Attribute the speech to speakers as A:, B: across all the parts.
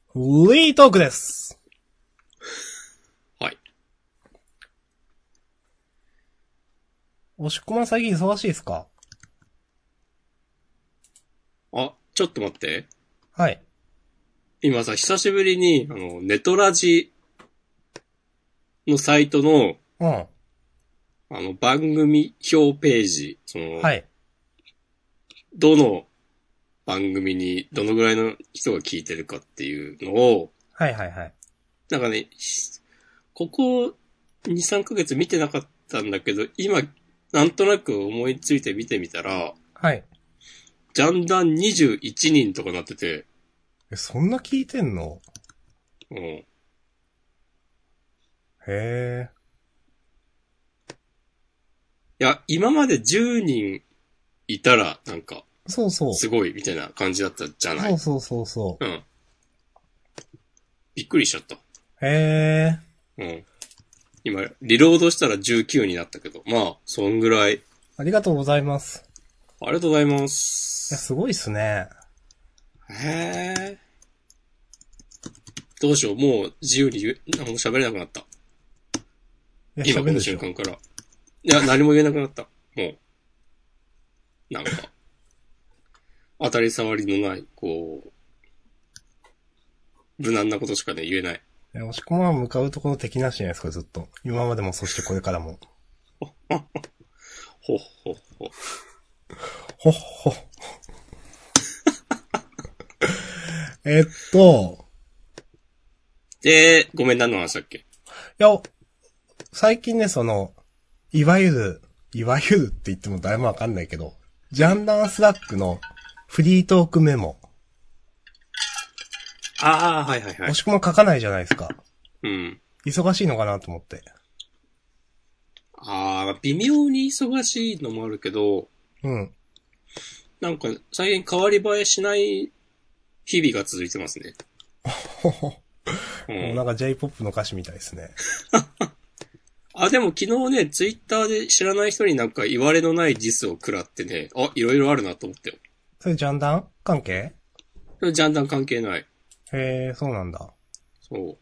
A: フリートークです。
B: はい。
A: 押し込まん最近忙しいですか？
B: あ、ちょっと待って。
A: はい。
B: 今さ、久しぶりに、ネトラジのサイトの、
A: うん。
B: 番組表ページ、
A: はい。
B: どの番組にどのぐらいの人が聞いてるかっていうのを、
A: はいはいはい。
B: なんかね、ここ2、3ヶ月見てなかったんだけど、今、なんとなく思いついて見てみたら、
A: はい。
B: ジャンダン21人とかなってて、
A: そんな聞いてんの？
B: うん。
A: へ
B: いや、今まで10人いたら、なんか、
A: ー。そうそ
B: すごい、みたいな感じだったじゃ
A: う。
B: ない。
A: そうそうそうそ
B: うん。びっくりしちゃった。
A: う。へー。
B: うん。今、リロードしたら19になったけど、まあ、そんぐらい。
A: ありがとうございます。
B: ありがとうございま
A: いや、
B: す。
A: すごいっすね。
B: へえ。どうしよう、もう自由になんか喋れなくなった。
A: いや、
B: 今この
A: 喋るでしょ。
B: 瞬間から。いや、何も言えなくなった。もう、なんか、当たり障りのない、こう、無難なことしかね、言えない。
A: いや、押し込まん向かうところ敵なしじゃないですか、ずっと。今までも、そしてこれからも。
B: ほっほっほ。
A: ほっほ。えっと、
B: で、ごめん、何の話だっけ？
A: いや、最近ね、いわゆるって言っても誰もわかんないけど、ジャンダンスラックのフリートークメモ。
B: ああ、はいはいはい。
A: 押し込ま書かないじゃないですか。
B: うん。
A: 忙しいのかなと思って。
B: ああ、微妙に忙しいのもあるけど、
A: うん。
B: なんか、最近変わり映えしない日々が続いてますね。
A: ほほ。
B: うん。
A: もうなんか J-POP の歌詞みたいですね。
B: あ、でも昨日ね、ツイッターで知らない人になんか言われのないディスを食らってね、あ、いろいろあるなと思ったよ。
A: それジャンダン関係？
B: ジャンダン関係ない。
A: へえ、そうなんだ。
B: そう。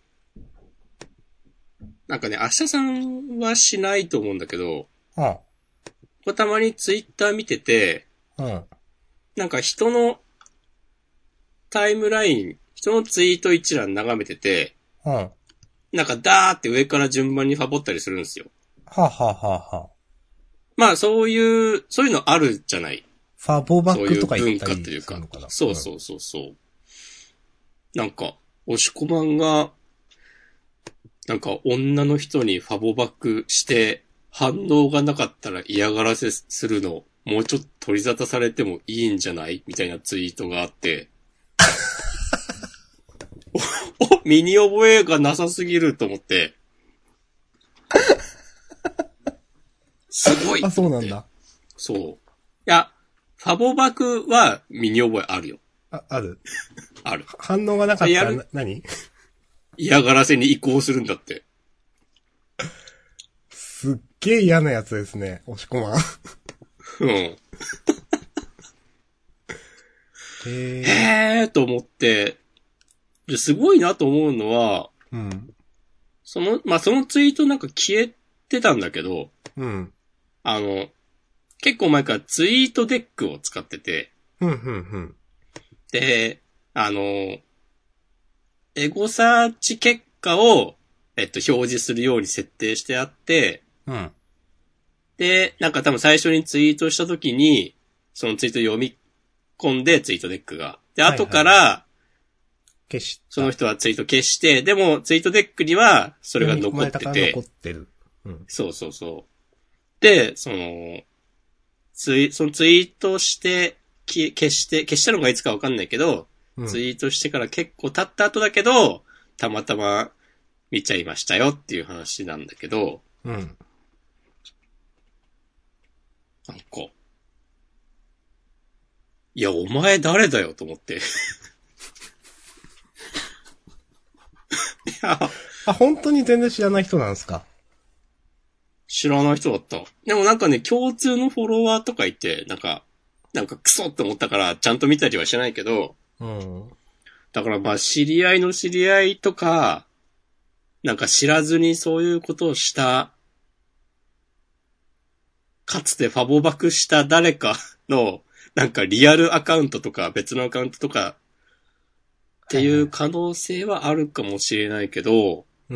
B: なんかね、明日さんはしないと思うんだけど、
A: うん。
B: これたまにツイッター見てて、
A: うん。
B: なんか人のタイムライン、人のツイート一覧眺めてて、
A: うん。は
B: なんかダーって上から順番にファボったりするんですよ。
A: あ、はあはあはあ、
B: まあそういうのあるじゃない。
A: ファボバッ
B: そういう
A: クとか言っ
B: 文化と
A: たり
B: いうか。
A: するのかな？
B: そうそうそうそう。なんか、押し込まんが、なんか女の人にファボバックして反応がなかったら嫌がらせするの、もうちょっと取り沙汰されてもいいんじゃないみたいなツイートがあって、身に覚えがなさすぎると思って、すごい
A: あ、
B: と思って。
A: そうなんだ。
B: そう。いや、ファボバクは身に覚えあるよ。
A: あ、ある。
B: ある。
A: 反応がなかったら
B: やる
A: 何？
B: 嫌がらせに移行するんだって。
A: すっげえ嫌なやつですね、押し込まん。
B: うん。
A: へえ。
B: へーと思って、すごいなと思うのは、
A: うん。
B: そのツイートなんか消えてたんだけど、
A: うん。
B: あの、結構前からツイートデックを使ってて、
A: ふんふんふん。
B: で、エゴサーチ結果を、表示するように設定してあって、
A: うん。
B: で、なんか多分最初にツイートした時に、そのツイート読み込んでツイートデックが。で、後か
A: はいはい。
B: ら、
A: 消した。
B: その人はツイート消して、でもツイートデックにはそれが
A: 読み込ま
B: 残っ
A: れたから残
B: てて、
A: ってる。うん。
B: そうそうそう。で、そのツイートして、消したのがいつかわかんないけど、
A: うん。
B: ツイートしてから結構経った後だけど、たまたま見ちゃいましたよっていう話なんだけど、
A: うん。
B: なんか、いや、お前誰だよと思って。いや、
A: あ、本当に全然知らない人なんですか？
B: 知らない人だった。でもなんかね、共通のフォロワーとかいて、なんかクソって思ったからちゃんと見たりはしないけど、
A: うん。
B: だからまあ知り合いの知り合いとか、なんか知らずにそういうことをした、かつてファボバクした誰かの、なんかリアルアカウントとか別のアカウントとかっていう可能性はあるかもしれないけど、
A: うん。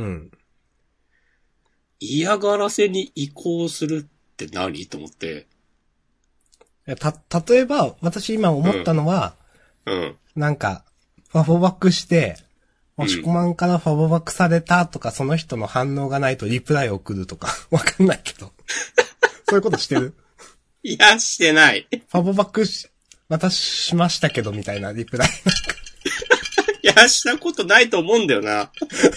B: 嫌がらせに移行するって何と思って。
A: 例えば、私今思ったのは、
B: うん。
A: なんか、ファボバックして、
B: うん
A: 押し込まんからファボバックされたとか、その人の反応がないとリプライ送るとか、わかんないけど。そういうことしてる？
B: いや、してない。
A: ファボバック私しましたけど、みたいなリプライ。
B: いや、したことないと思うんだよな。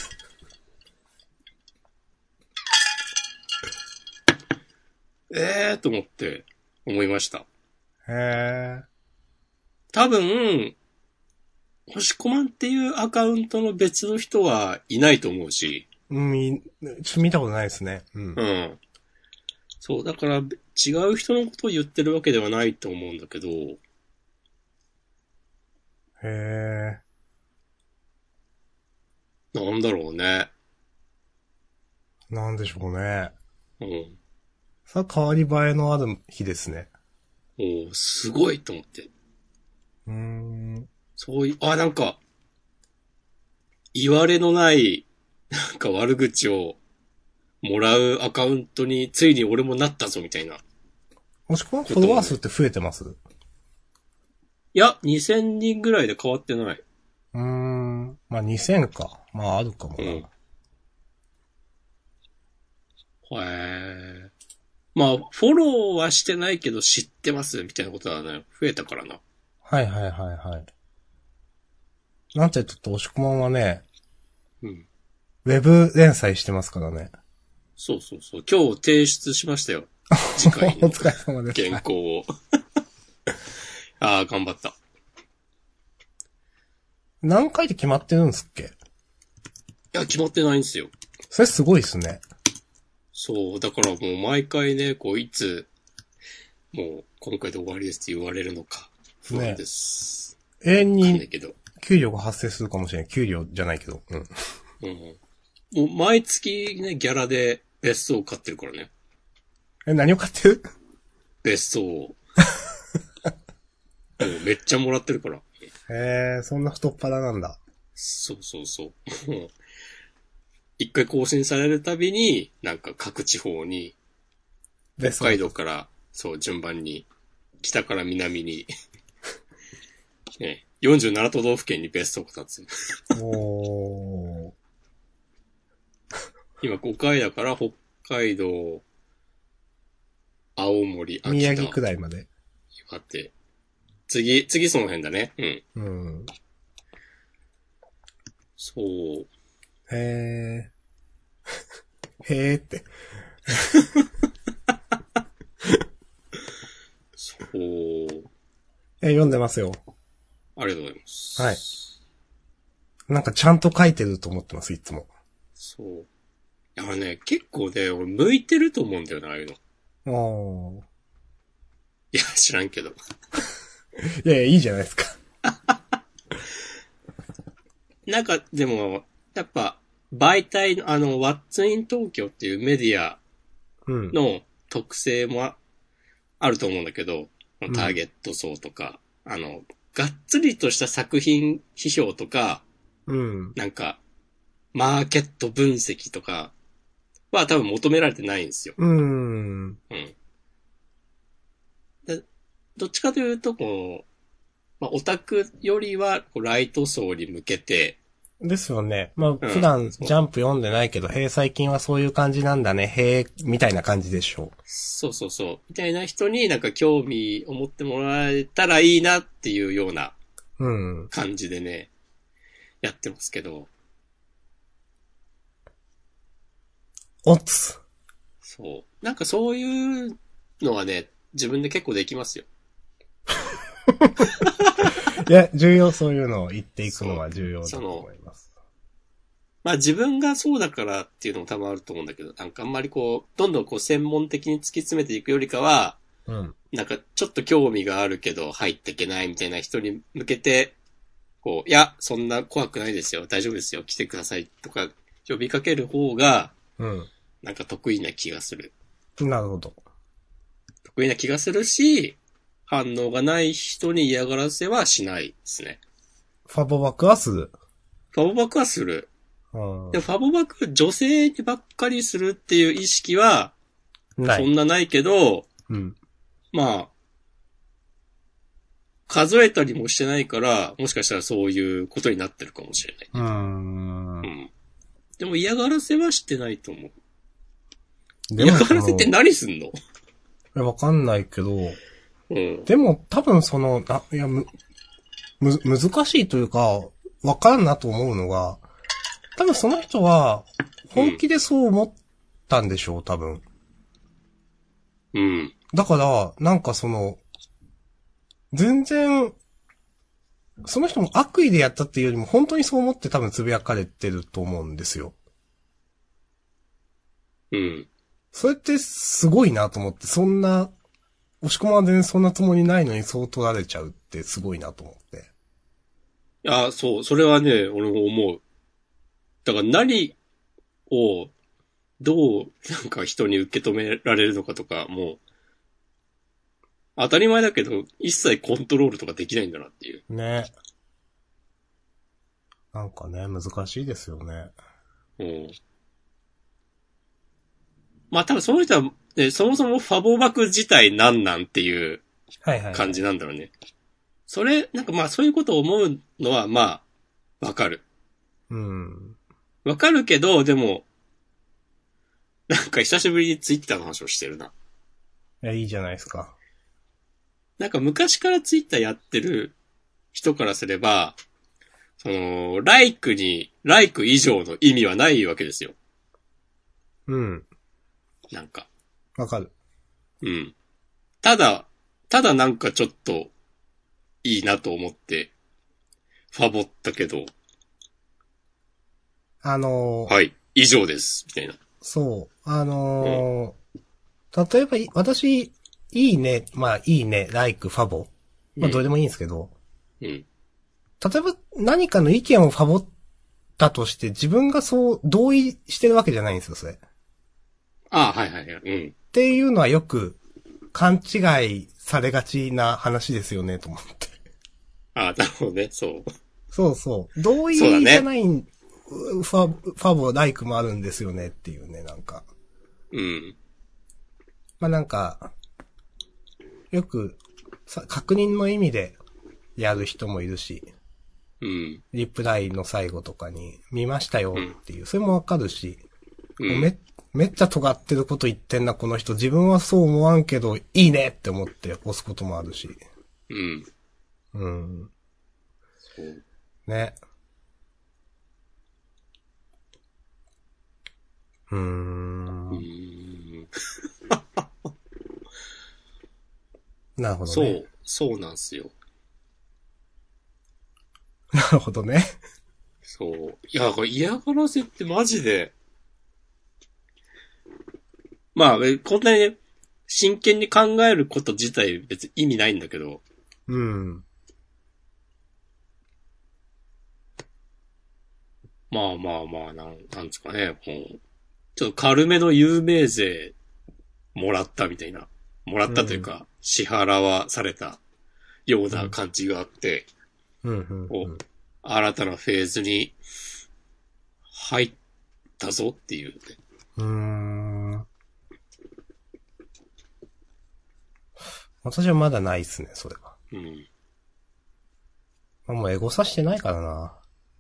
B: と思って、思いました。
A: へー。
B: 多分、押し込まんっていうアカウントの別の人はいないと思うし。
A: ちょっと見たことないですね。うん。
B: うん。そう、だから違う人のことを言ってるわけではないと思うんだけど。
A: へ
B: なんだろうね。
A: ー。なんでしょうね。
B: うん。
A: さあ、変わり映えのある日ですね。
B: おー、すごいと思って。そういう、なんか、言われのない、なんか悪口をもらうアカウントについに俺もなったぞみたいな。
A: もしくはフォロワー数って増えてます？
B: いや、2000人ぐらいで変わってない。
A: まあ2000か。まああるかもな。
B: へえ。まあ、フォローはしてないけど知ってますみたいなことはね、増えたからな。
A: はいはいはいはい。なんて言ったって押し込まんはね、
B: うん。
A: ウェブ連載してますからね。
B: そうそうそう。今日提出しましたよ。次回の
A: お疲れ様です。
B: 原稿を。頑張った。
A: 何回で決まってるんですっけ？
B: いや、決まってないんですよ。
A: それすごいっすね。
B: そう、だからもう毎回ね、こう、いつ、もう、今回で終わりですって言われるのか、不安です。
A: ね、永遠に、
B: けど
A: 給料が発生するかもしれない。給料じゃないけど。うん。
B: うん。もう、毎月ね、ギャラで別荘を買ってるからね。
A: 何を買ってる？
B: 別荘を。めっちゃもらってるから。
A: そんな太っ腹なんだ。
B: そうそうそう。一回更新されるたびに、なんか各地方に、北海道から、そう、順番に、北から南に、ね、47都道府県に別荘が建つ。
A: おー。
B: 今5回だから北海道、青森、秋田、
A: 宮城くらいまで。
B: 岩手。次その辺だね。
A: うん。
B: そう。
A: へーって。
B: そう。
A: 読んでますよ。
B: ありがとうございます。
A: はい。なんかちゃんと書いてると思ってます、いつも。
B: そう。いやね、結構ね、俺向いてると思うんだよな、ああいうの。いや、知らんけど。
A: いやいや、いいじゃないですか。
B: なんか、でも、やっぱ、媒体の、What's in 東京っていうメディアの特性もあると思うんだけど、ターゲット層とか、がっつりとした作品批評とか、なんか、マーケット分析とかは多分求められてないんですよ。でどっちかというと、オタクよりは、ライト層に向けて。
A: ですよね。まあ、普段ジャンプ読んでないけど、最近はそういう感じなんだね、みたいな感じでしょう。
B: そうそうそう。みたいな人になんか興味を持ってもらえたらいいなっていうような感じでね、やってますけど。
A: おつ。
B: そう。なんかそういうのはね、自分で結構できますよ。
A: いや、そういうのを言っていくのは重要だと思います。
B: まあ自分がそうだからっていうのも多分あると思うんだけど、なんかあんまりどんどん専門的に突き詰めていくよりかは、なんかちょっと興味があるけど入っていけないみたいな人に向けて、 こう、いや、そんな怖くないですよ、大丈夫ですよ、来てくださいとか呼びかける方が、
A: うん。
B: なんか得意な気がする。
A: なるほど。
B: 得意な気がするし、反応がない人に嫌がらせはしないですね。
A: ファボバックはする。
B: ファボバックはする。
A: うん。
B: でもファボバック女性にばっかりするっていう意識は、
A: ない。
B: そんなないけど、
A: うん。
B: まあ、数えたりもしてないから、もしかしたらそういうことになってるかもしれない。うん。でも嫌がらせはしてないと思う。
A: でも
B: 嫌がらせって何すんの？
A: わかんないけど、
B: うん。
A: でも多分難しいというか、わからんなと思うのが、多分その人は、本気でそう思ったんでしょう、多分。
B: うん。
A: だから、全然、その人も悪意でやったっていうよりも、本当にそう思って多分つぶやかれてると思うんですよ。
B: うん。
A: それってすごいなと思って、そんな、押し込まは全然そんなつもりないのにそう取られちゃうってすごいなと思って。
B: あ、そう。それはね、俺も思う。だから何を、どう、なんか人に受け止められるのかとか、もう、当たり前だけど、一切コントロールとかできないんだなっていう。
A: ね。なんかね、難しいですよね。
B: うん。まあ多分その人は、ね、そもそもファボバク自体なんなんっていう
A: はいはいはい。
B: 感じなんだろうね。それ、なんかまあそういうことを思うのはまあ、わかる。
A: うん。
B: わかるけど、でも、なんか久しぶりにツイッターの話をしてるな。
A: いや、いいじゃないですか。
B: なんか昔からツイッターやってる人からすれば、その、ライク以上の意味はないわけですよ。
A: うん。
B: なんか。
A: わかる。
B: うん。ただ、ただなんかちょっといいなと思って、ファボったけど、はい、以上です、みたいな。
A: そう。
B: うん。
A: 例えば、私、いいね、まあ、いいね、like、ファボ。まあ、どれ
B: うん。
A: でもいいんですけど、
B: うん。
A: 例えば何かの意見をファボったとして、自分がそう同意してるわけじゃないんですよ、それ。っ
B: ああ、はいはいはい。うん。
A: ていうのはよく勘違いされがちな話ですよね、と思って。
B: ああ、なるほどね。そう。
A: そうそう。同意じゃ
B: そうだね。
A: ないファボ、ライクもあるんですよねっていうね、なんか。
B: うん。
A: まあなんか、よく確認の意味でやる人もいるし、
B: うん。
A: リプライの最後とかに見ましたよ
B: うん。
A: っていう、それもわかるし、
B: うん。
A: めっちゃ尖ってること言ってんな、この人。自分はそう思わんけど、いいねって思って押すこともあるし。
B: うん。
A: うん。
B: そう。
A: ね。うー
B: う
A: ん。
B: ーん。
A: なるほどね。
B: そう。そうなんすよ。
A: なるほどね。
B: そう。いや、これ嫌がらせってマジで、まあ、こんなにね、真剣に考えること自体別に意味ないんだけど、
A: うん。
B: まあまあまあ、なんですかね、こうちょっと軽めの有名税もらったみたいな。もらっ
A: うん。
B: たというか、支払わされたよう
A: うん。
B: な感じがあって、
A: うん。うん。う
B: お、
A: ん。
B: 新たなフェーズに入ったぞっていうね。
A: うーん。私はまだないっすね、それは。
B: うん。
A: まあもうエゴさしてないからな。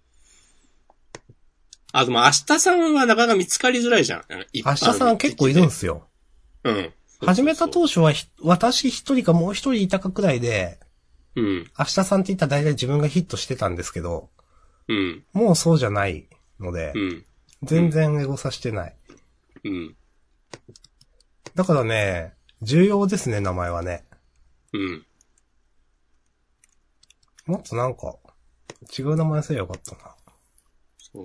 B: あ、でも明日さんはなかなか見つかりづらいじゃん。一
A: 明日さ
B: 般
A: ん結構いるん
B: 的で。
A: すよ。
B: うん。そう
A: 始めた
B: そうそう。
A: 当初は私一人かもう一人いたかくらいで、
B: うん。
A: 明日さんって言ったら大体自分がヒットしてたんですけど、
B: うん。
A: もうそうじゃないので、
B: うん。う
A: 全
B: ん。
A: 然エゴさしてない。
B: うん。
A: だからね、重要ですね、名前はね。
B: うん。
A: もっとなんか、違う名前すればよかったな。
B: そう。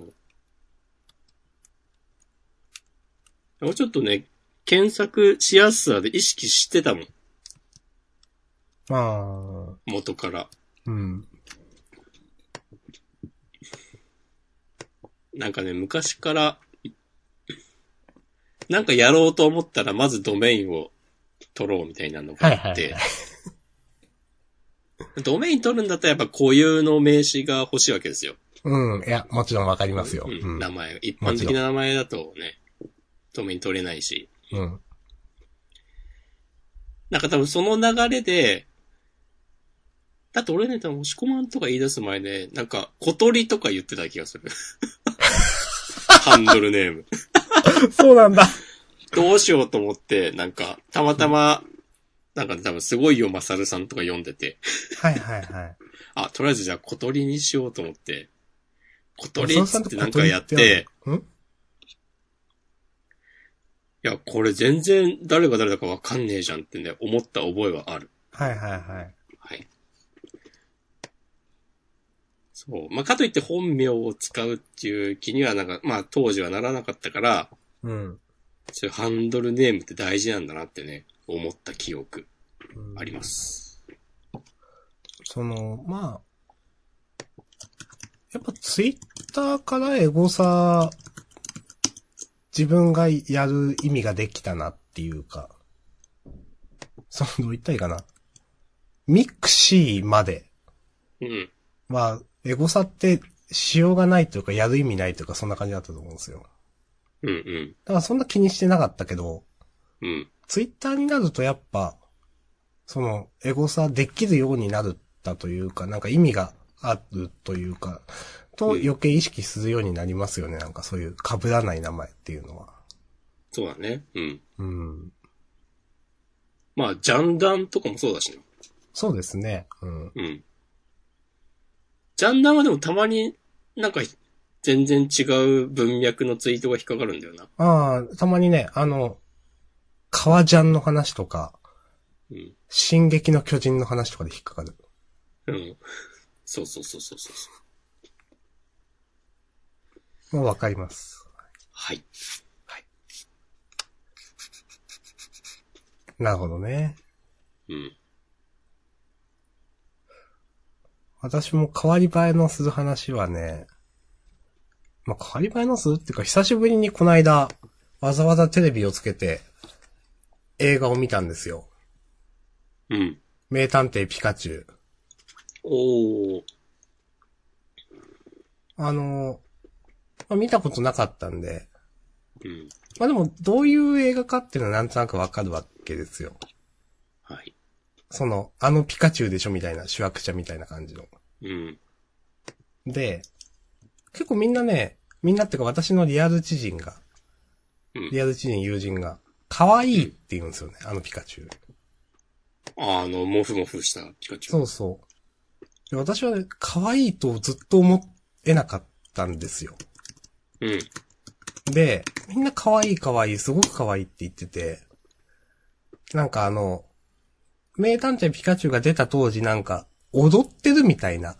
B: もうちょっとね、検索しやすさで意識してたもん。
A: まあ、
B: 元から。
A: うん。
B: なんかね、昔から、なんかやろうと思ったら、まずドメインを取ろうみたいなのがあって、
A: はいはいはい。
B: ドメイン取るんだったらやっぱ固有の名詞が欲しいわけですよ。
A: うん。いや、もちろんわかりますよ。うん。
B: 名前。一般
A: もちろん。
B: 的な名前だとね、ドメイン取れないし。
A: うん。
B: なんか多分その流れで、だって俺ね、多分押し込まんとか言い出す前で、なんか小鳥とか言ってた気がする。ハンドルネーム。
A: そうなんだ。
B: どうしようと思って、なんか、たまたま、なんか多分すごいよまさるさんとか読んでて、
A: はいはいはい。
B: あ、とりあえずじゃあ小鳥にしようと思って、小鳥っつ
A: マサオさんと
B: ってなんかやっ
A: 小鳥ってある
B: て、
A: の？ん？
B: いや、これ全然誰が誰だかわかんねえじゃんってね、思った覚えはある。
A: はいはいはい。
B: はい。そう。まあ、かといって本名を使うっていう気にはなんか、まあ当時はならなかったから、
A: うん。
B: そういうハンドルネームって大事なんだなってね、思った記憶あります。
A: まあ、やっぱツイッターからエゴサ自分がやる意味ができたなっていうか、どう言ったらいいかな。ミクシーまで
B: うん。
A: は、エゴサってしようがないというか、やる意味ないというか、そんな感じだったと思うんですよ。
B: うんうん。
A: だからそんな気にしてなかったけど、
B: うん。
A: ツイッターになるとやっぱ、エゴサできるようになったというか、なんか意味があるというか、と
B: うん。
A: 余計意識するようになりますよね。なんかそういう被らない名前っていうのは。
B: そうだね。うん。
A: うん。
B: まあ、ジャンダンとかもそうだしな。
A: そうですね。うん。
B: うん。ジャンダンはでもたまになんか全然違う文脈のツイートが引っかかるんだよな。
A: ああ、たまにね、革ジャンの話とか、
B: うん。
A: 進撃の巨人の話とかで引っかかる。
B: うん。そうそうそうそうそう。
A: もうわかります。
B: はい。
A: はい。なるほどね。
B: うん。
A: 私も変わり映えのする話はね、まあ、変わり映えのするっていうか、久しぶりにこの間、わざわざテレビをつけて、映画を見たんですよ。
B: うん。
A: 名探偵ピカチュウ。
B: おー。
A: まあ、見たことなかったんで、
B: うん。
A: まあでも、どういう映画かっていうのはなんとなくわかるわけですよ。
B: はい。
A: ピカチュウでしょみたいな、主役者みたいな感じの。
B: うん。
A: で、結構みんなっていうか私のリアル知人が、
B: うん。
A: リアル知人友人が、可愛いって言うんですよね、ピカチュウ。
B: モフモフしたピカチュウ。
A: そうそう。で私はね、可愛いとずっと思えなかったんですよ。
B: うん。
A: で、みんな可愛い可愛い、すごく可愛いって言ってて、なんか名探偵ピカチュウが出た当時なんか、踊ってるみたいな。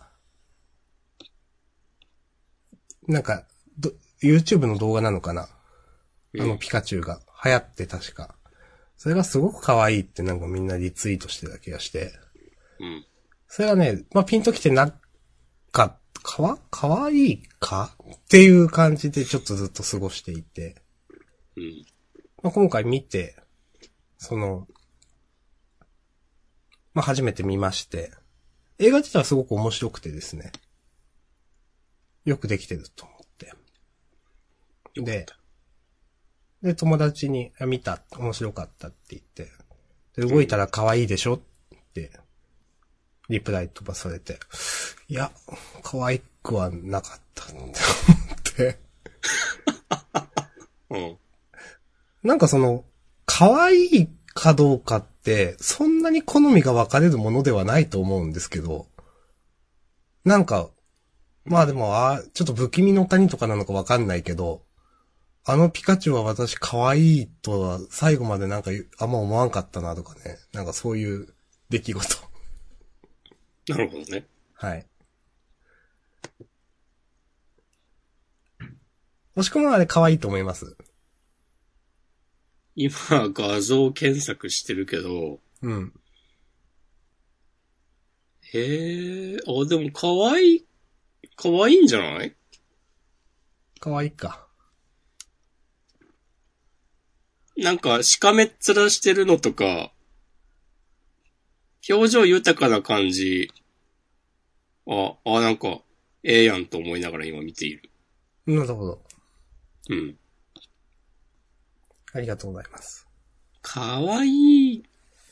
A: なんか、YouTube の動画なのかな、
B: うん。
A: ピカチュウが流行って確か。それがすごく可愛いってなんかみんなリツイートしてた気がして。
B: うん。
A: それがね、まあ、ピンときて可愛いかっていう感じでちょっとずっと過ごしていて。
B: うん。
A: まあ、今回見て、まあ、初めて見まして。映画自体はすごく面白くてですね。よくできてると思って。で、友達に、見た、面白かったって言って。で、動いたら可愛いでしょって、リプライ飛ばされて。いや、可愛くはなかったって思って。
B: うん。
A: なんか可愛いかどうかって、そんなに好みが分かれるものではないと思うんですけど、なんか、まあでも、ちょっと不気味の谷とかなのか分かんないけど、ピカチュウは私可愛いとは最後までなんかあんま思わんかったなとかね。なんかそういう出来事。
B: なるほどね。
A: はい。もしくはあれ可愛いと思います。
B: 今、画像検索してるけど、
A: うん。
B: でも可愛いんじゃない？
A: 可愛いか。
B: なんか、しかめっ面してるのとか、表情豊かな感じ、なんか、ええやんと思いながら今見ている。
A: なるほど。
B: うん。
A: ありがとうございます。
B: かわいい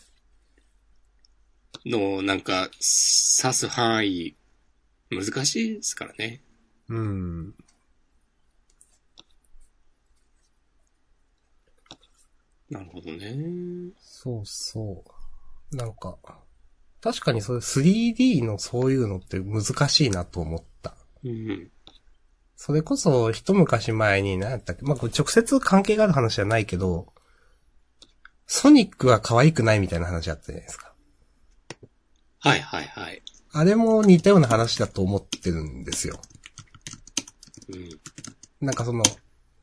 B: の、なんか、指す範囲、難しいですからね。
A: うん。
B: なるほどね。
A: そうそう。なんか、確かにそれ 3D のそういうのって難しいなと思った。
B: うん。
A: それこそ一昔前に何やったっけ、まあ、これ直接関係がある話じゃないけど、ソニックは可愛くないみたいな話あったじゃないですか。
B: はいはいはい。
A: あれも似たような話だと思ってるんですよ。
B: うん。
A: なんかその、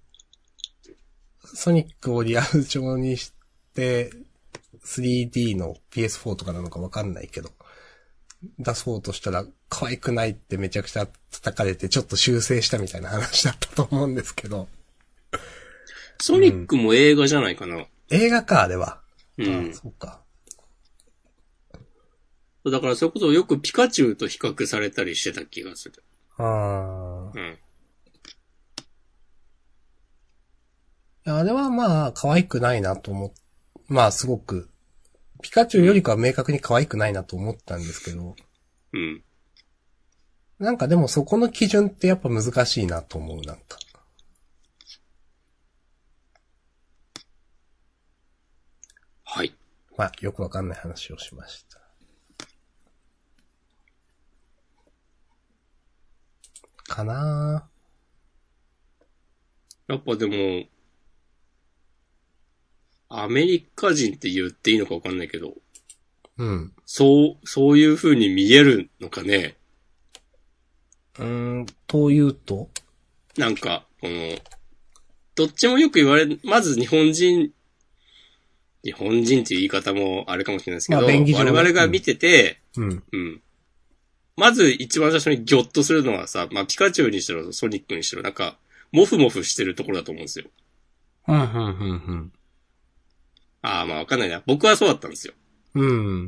A: ソニックをリアル調にして、3D の PS4 とかなのかわかんないけど、出そうとしたら可愛くないってめちゃくちゃ叩かれてちょっと修正したみたいな話だったと思うんですけど。
B: ソニックも映画じゃないかな。
A: 映画か、あれは。
B: うん。
A: そうか。
B: だからそれこそよくピカチュウと比較されたりしてた気がする。
A: うん。
B: い
A: やあれはまあ、可愛くないなと思っ、まあすごく、ピカチュウよりかは明確に可愛くないなと思ったんですけど、
B: うん。
A: なんかでもそこの基準ってやっぱ難しいなと思う、なんか。
B: はい。
A: まあ、よくわかんない話をしました。かな
B: やっぱでも、アメリカ人って言っていいのかわかんないけど、
A: うん。
B: そういう風に見えるのかね。
A: というと
B: なんか、どっちもよく言われる、まず日本人っていう言い方もあれかもしれないですけど、
A: まあ便宜上ね
B: 我々が見てて、
A: うん。
B: うん。まず一番最初にギョッとするのはさ、まあピカチュウにしろソニックにしろ、なんか、モフモフしてるところだと思うんですよ。ああ、まあわかんないな。僕はそうだったんですよ。
A: うん。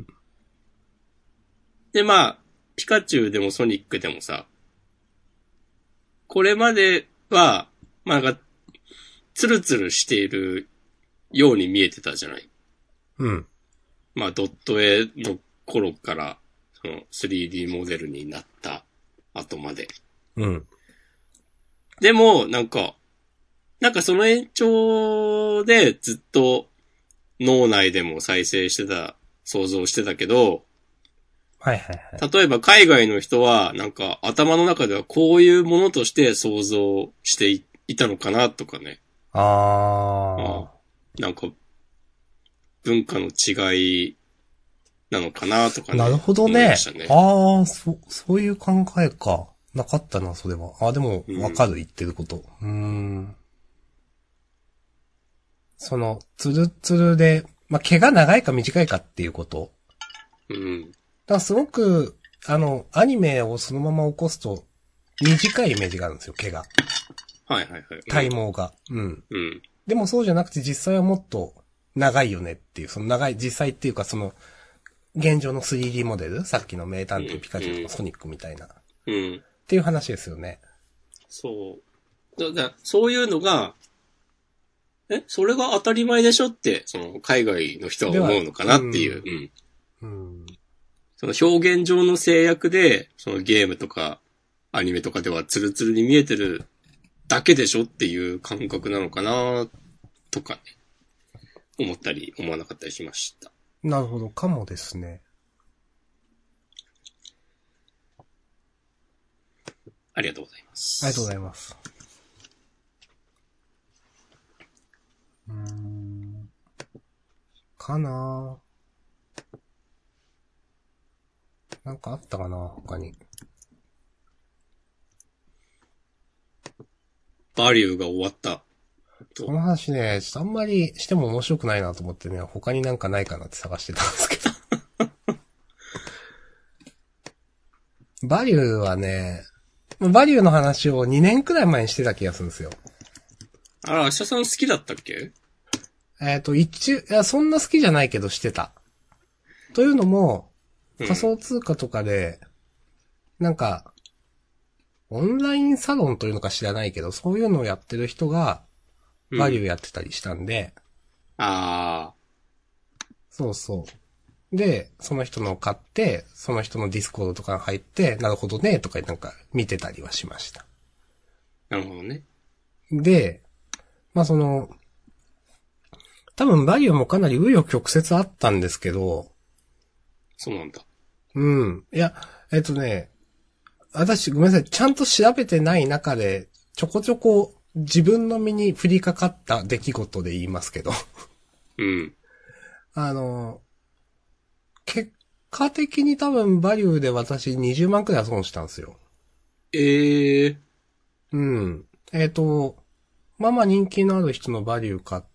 B: で、まあ、ピカチュウでもソニックでもさ、これまでは、まあなんか、ツルツルしているように見えてたじゃない。
A: うん。
B: まあ、ドット絵の頃から、その 3D モデルになった後まで。
A: うん。
B: でも、なんかその延長でずっと脳内でも再生してた、想像してたけど、
A: はいはいはい。
B: 例えば海外の人は、なんか頭の中ではこういうものとして想像していたのかなとかね。なんか文化の違いなのかなとかね。
A: なるほど
B: 思い
A: ね。
B: ましたね。
A: そういう考えか。なかったな、それは。でも、わかる、言ってること。その、ツルツルで、まあ、毛が長いか短いかっていうこと。
B: うん。
A: だからすごく、アニメをそのまま起こすと、短いイメージがあるんですよ、毛が。
B: はいはいはい。
A: 体毛が。うん。
B: うん。
A: でもそうじゃなくて実際はもっと長いよねっていう、その長い、実際っていうかその、現状の 3D モデルさっきの名探偵ピカチュウとかソニックみたいな。
B: うん。
A: っていう話ですよね。
B: そう。そういうのが、それが当たり前でしょって、その、海外の人は思うのかなっていう。その表現上の制約で、そのゲームとか、アニメとかではツルツルに見えてるだけでしょっていう感覚なのかなとかね。思ったり、思わなかったりしました。
A: なるほど、かもですね。
B: ありがとうございます。
A: ありがとうございます。かななんかあったかな他に。
B: バリューが終わった。
A: この話ね、ちょっとあんまりしても面白くないなと思ってね、他になんかないかなって探してたんですけど。バリューはね、 バリューの話を2年くらい前にしてた気がするんですよ。
B: あら、明日さん好きだったっけ？
A: いや、そんな好きじゃないけどしてた。というのも、
B: うん
A: 仮想通貨とかで、なんか、オンラインサロンというのか知らないけど、そういうのをやってる人が、バリューやってたりしたんで、
B: あ
A: そうそう。で、その人のを買って、その人のディスコードとかに入って、なるほどね、とかなんか見てたりはしました。
B: ー、なるほどね。
A: で、まあ多分バリューもかなり紆余曲折あったんですけど、
B: そうなんだ。
A: うん。いや、私ごめんなさい、ちゃんと調べてない中で、ちょこちょこ自分の身に降りかかった出来事で言いますけど、
B: うん。
A: 結果的に多分バリューで私20万くらい損したんですよ。うん。まあまあ人気のある人のバリュー買って、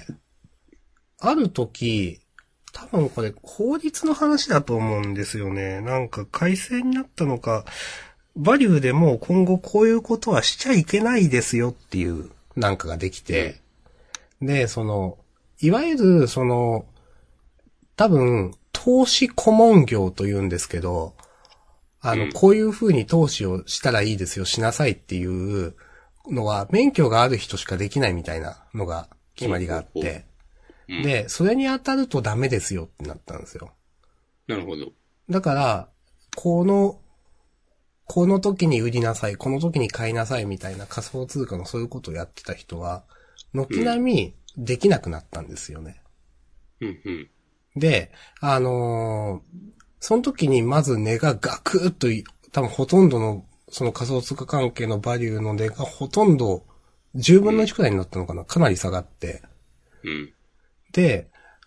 A: ある時、多分これ法律の話だと思うんですよね。なんか改正になったのか、バリューでもう今後こういうことはしちゃいけないですよっていうなんかができて、で、いわゆる多分、投資顧問業と言うんですけど、こういう風に投資をしたらいいですよ、しなさいっていうのは、免許がある人しかできないみたいなのが、決まりがあって、
B: うん
A: で、それに当たるとダメですよってなったんですよ。
B: なるほど。
A: だから、この時に売りなさい、この時に買いなさいみたいな仮想通貨のそういうことをやってた人は、軒並みできなくなったんですよね。
B: うんうん。
A: で、その時にまず値がガクッと多分ほとんどの、その仮想通貨関係のバリューの値がほとんど10分の1くらいになったのかな、かなり下がって。
B: うん。
A: で、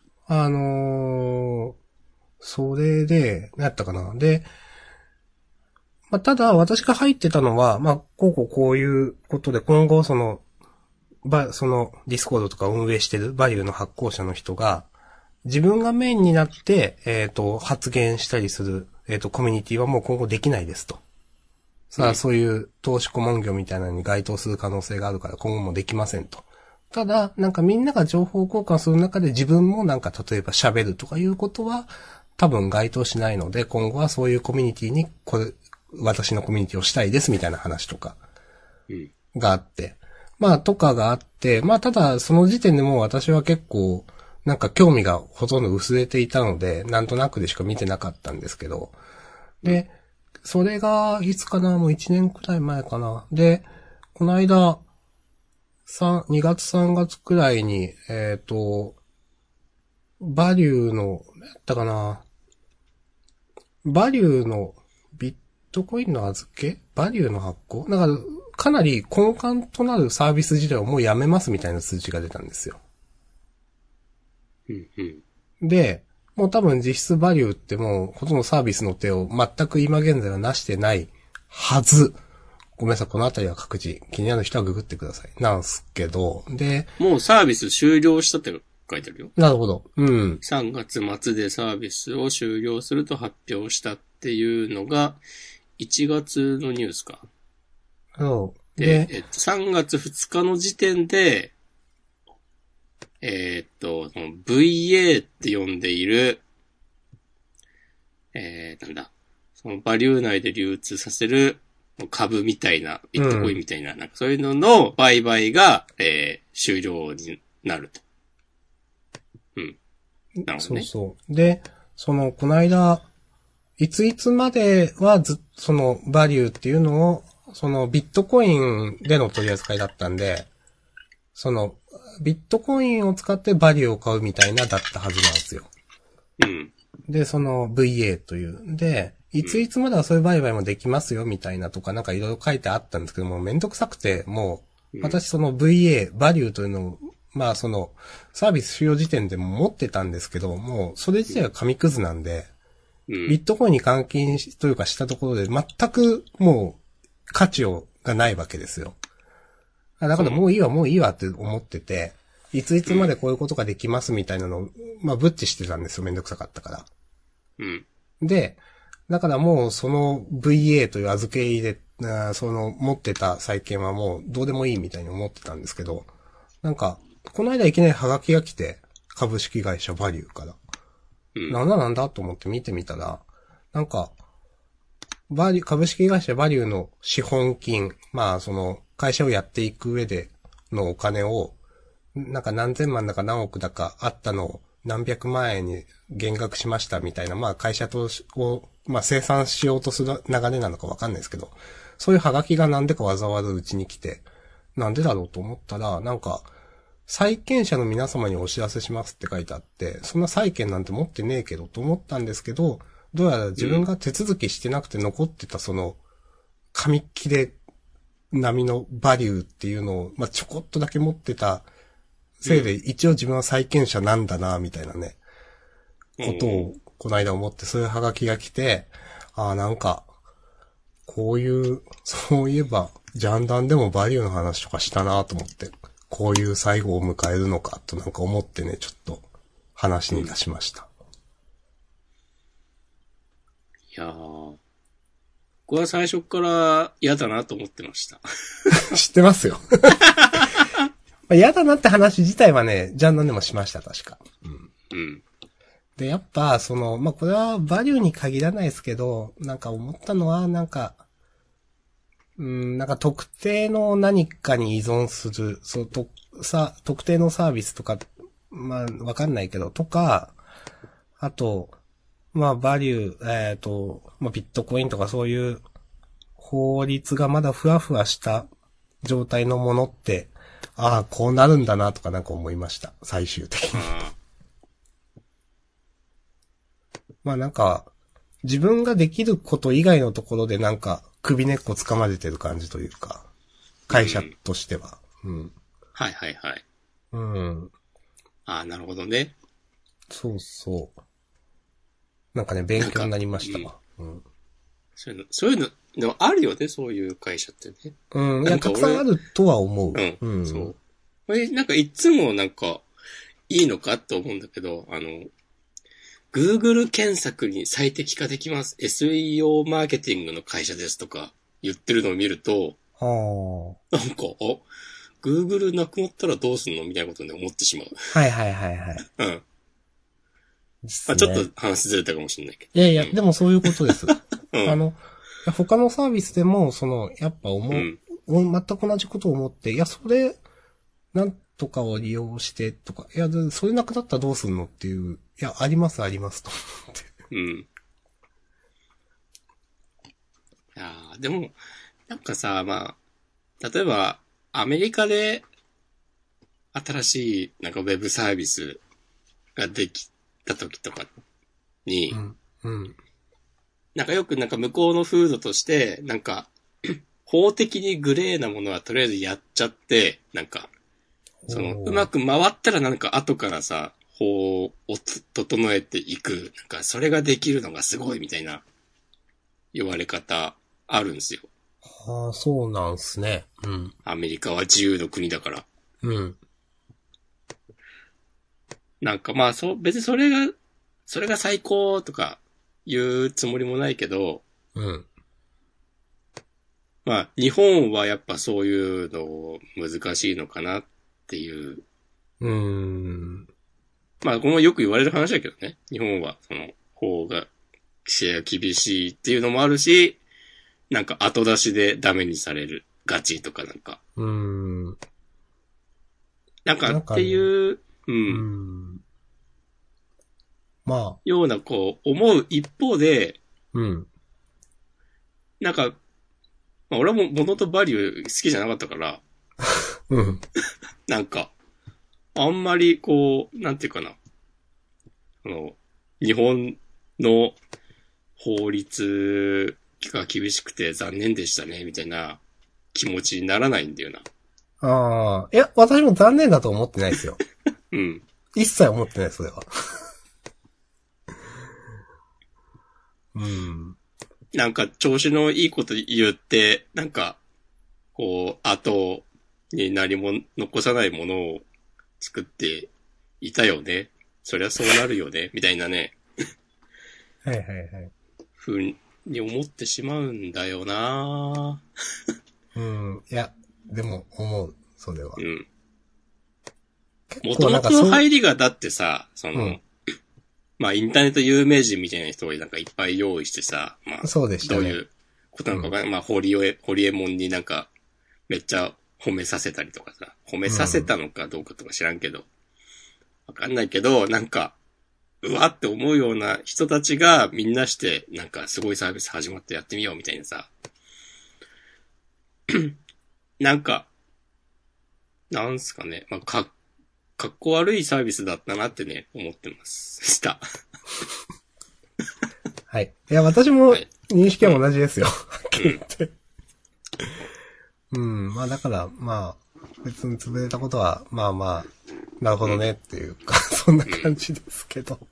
A: それで、何やったかな。で、まあ、ただ私が入ってたのは、まあ、こういうことで今後そのディスコードとか運営してるバリューの発行者の人が、自分がメインになって、発言したりする、コミュニティはもう今後できないですと。さあ、そういう投資顧問業みたいなのに該当する可能性があるから今後もできませんと。ただ、なんかみんなが情報交換する中で自分もなんか例えば喋るとかいうことは多分該当しないので、今後はそういうコミュニティに私のコミュニティをしたいですみたいな話とかがあって。まあ、とかがあって、まあ、ただ、その時点でもう私は結構、なんか興味がほとんど薄れていたので、なんとなくでしか見てなかったんですけど。で、それが、いつかな、もう1年くらい前かな。で、この間、2月3月くらいに、バリューの、やったかな。バリューのビットコインの預けバリューの発行だから、かなり根幹となるサービス自体をもうやめますみたいな通知が出たんですよ。
B: うんうん。
A: で、もう多分実質バリューってもうほとんどサービスの手を全く今現在はなしてないはず。ごめんなさい、このあたりは各自気になる人はググってください。なんすけど、で、
B: もうサービス終了したって書いてあるよ。
A: なるほど。うん。
B: 3月末でサービスを終了すると発表したっていうのが、1月のニュースか。
A: そう
B: で、
A: で、
B: 3月2日の時点で、その VA って呼んでいる、なんだ、そのバリュー内で流通させる株みたいな、ビットコインみたいな、なんかそういうのの売買が、終了になると。うん。なるほどね。
A: そう。で、この間、いつまではそのバリューっていうのを、ビットコインでの取り扱いだったんで、ビットコインを使ってバリューを買うみたいなだったはずなんですよ。
B: うん。
A: で、VA という。で、いつまではそういう売買もできますよみたいなとかなんかいろいろ書いてあったんですけども、めんどくさくて、もう、私VA、バリューというのを、まあサービス終了時点でも持ってたんですけど、もうそれ自体は紙くずなんで、ビットコインに換金というかしたところで全くもう価値がないわけですよ。だからもういいわって思ってて、いつまでこういうことができますみたいなのを、まあブッチしてたんですよ。めんどくさかったから。
B: うん。
A: で、だからもうその VA という預け入れその持ってた債券はもうどうでもいいみたいに思ってたんですけど、なんか、この間いきなりハガキが来て、株式会社バリューから。なんだと思って見てみたら、なんか、株式会社バリューの資本金、まあその会社をやっていく上でのお金を、なんか何千万だか何億だかあったのを何百万円に減額しましたみたいな、まあ会社を、まあ生産しようとする流れなのかわかんないですけど、そういうハガキがなんでかわざわざうちに来て、なんでだろうと思ったら、なんか、債権者の皆様にお知らせしますって書いてあって、そんな債権なんて持ってねえけどと思ったんですけど、どうやら自分が手続きしてなくて残ってたその、紙切れ並みのバリューっていうのを、まあ、ちょこっとだけ持ってたせいで、一応自分は債権者なんだな、みたいなね、ことをこの間思って、そういうハガキが来て、ああ、なんか、こういう、そういえば、ジャンダンでもバリューの話とかしたなと思って、こういう最後を迎えるのかとなんか思ってね、ちょっと話に出しました。
B: いやー。僕は最初から嫌だなと思ってました。
A: 知ってますよ。嫌だなって話自体はね、ジャンダンでもしました、確か。
B: うん。
A: で、やっぱ、まあ、これはバリューに限らないですけど、なんか思ったのは、なんか特定の何かに依存する、特定のサービスとか、まあ、わかんないけど、とか、あと、まあ、バリュー、まあ、ビットコインとかそういう法律がまだふわふわした状態のものって、ああ、こうなるんだなとかなんか思いました。最終的に。まあなんか、自分ができること以外のところでなんか首根っこ掴まれてる感じというか、会社としては。
B: はいはいはい。
A: あ
B: あ、なるほどね。
A: そうそう。なんかね、勉強になりましたわ。
B: そういうのあるよね、そういう会社ってね。
A: いや、たくさんあるとは思う。
B: そう。これなんかいつもなんか、いいのかと思うんだけど、Google 検索に最適化できます。SEO マーケティングの会社ですとか言ってるのを見ると、なんか、Google なくなったらどうすんのみたいなことで思ってしまう。
A: はいはいはいはい。
B: まあちょっと話ずれたかもしれないけど。
A: いやいや、でもそういうことです。他のサービスでも、やっぱ全く同じことを思って、いや、それ、なんとかを利用してとか、いや、それなくなったらどうすんのっていう、いや、ありますと思って。
B: いやでも、なんかさ、まあ、例えば、アメリカで、新しい、なんかウェブサービスができた時とかに、なんかよくなんか向こうの風土として、なんか、法的にグレーなものはとりあえずやっちゃって、なんか、うまく回ったらなんか後からさ、法を整えていく。なんか、それができるのがすごいみたいな言われ方あるんですよ。
A: はあ、そうなんすね。
B: アメリカは自由の国だから。なんかまあ、別にそれが最高とか言うつもりもないけど、まあ、日本はやっぱそういうの難しいのかなっていう。まあ、このよく言われる話だけどね。日本は、法が、規制が厳しいっていうのもあるし、なんか後出しでダメにされるガチとかなんか。なんかっていう、
A: まあ。
B: ようなこう、思う一方で、なんか、まあ俺はも物とバリュー好きじゃなかったから、なんか、あんまりこう、なんていうかな、日本の法律が厳しくて残念でしたね、みたいな気持ちにならないんだよな。
A: ああ、いや、私も残念だと思ってないですよ。一切思ってない、それは。
B: なんか調子のいいこと言って、なんか、こう、後に何も残さないものを作っていたよね。そりゃそうなるよね。みたいなね。
A: はいはいはい。
B: 風に思ってしまうんだよな。
A: うん。いや、でも思う、それは。
B: うん。
A: 結
B: もともとの入りがだってさ、まあインターネット有名人みたいな人をなんかいっぱい用意してさ、まあ、
A: そうでしたね。
B: どういうことなのかが、まあホリエモンになんかめっちゃ褒めさせたりとかさ、褒めさせたのかどうかとか知らんけど、わかんないけど、なんか、うわって思うような人たちがみんなして、なんかすごいサービス始まってやってみようみたいなさ、なんか、なんすかね、まあ、かっこ悪いサービスだったなってね、思ってます。した。
A: はい。いや、私も
B: はい
A: 認識は同じですよ。はっきり言って。うん。まあだから、まあ、別に潰れたことは、まあまあ、なるほどねっていうか、そんな感じですけど。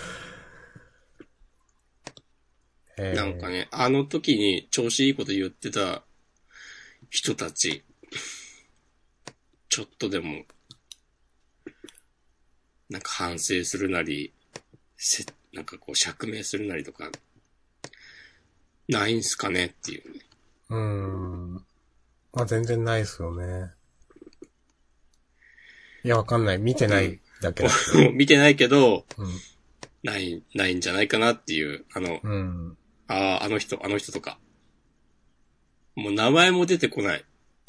B: なんかね、あの時に調子いいこと言ってた人たち、ちょっとでも、なんか反省するなり、なんかこう釈明するなりとか、ないんすかねっていうね。
A: まあ全然ないですよね。いや、わかんない。見てないだけだけど。
B: 見てないけど、
A: うん。
B: ないんじゃないかなっていう、
A: うん。
B: あの人とか。もう名前も出てこない。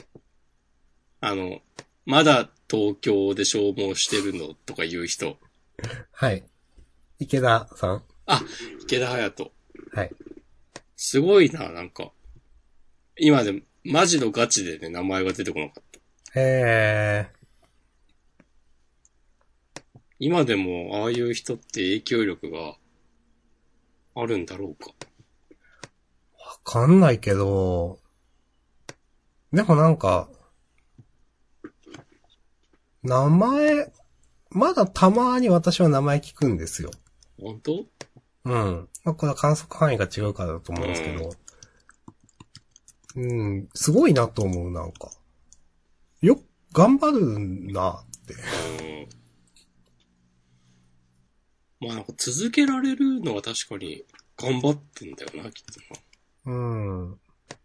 B: まだ東京で消耗してるのとか言う人。
A: はい。池田さん。
B: あ、池田隼人。
A: はい。
B: すごいな、なんか。今で、マジのガチでね、名前が出てこなかった。今でも、ああいう人って影響力があるんだろうか。
A: わかんないけど、でもなんか、名前、まだたまに私は名前聞くんですよ。
B: 本当？
A: うん。まあ、これは観測範囲が違うからだと思うんですけど。すごいなと思う、なんか。頑張るなって。
B: まあなんか続けられるのは確かに頑張ってんだよな、きっとな。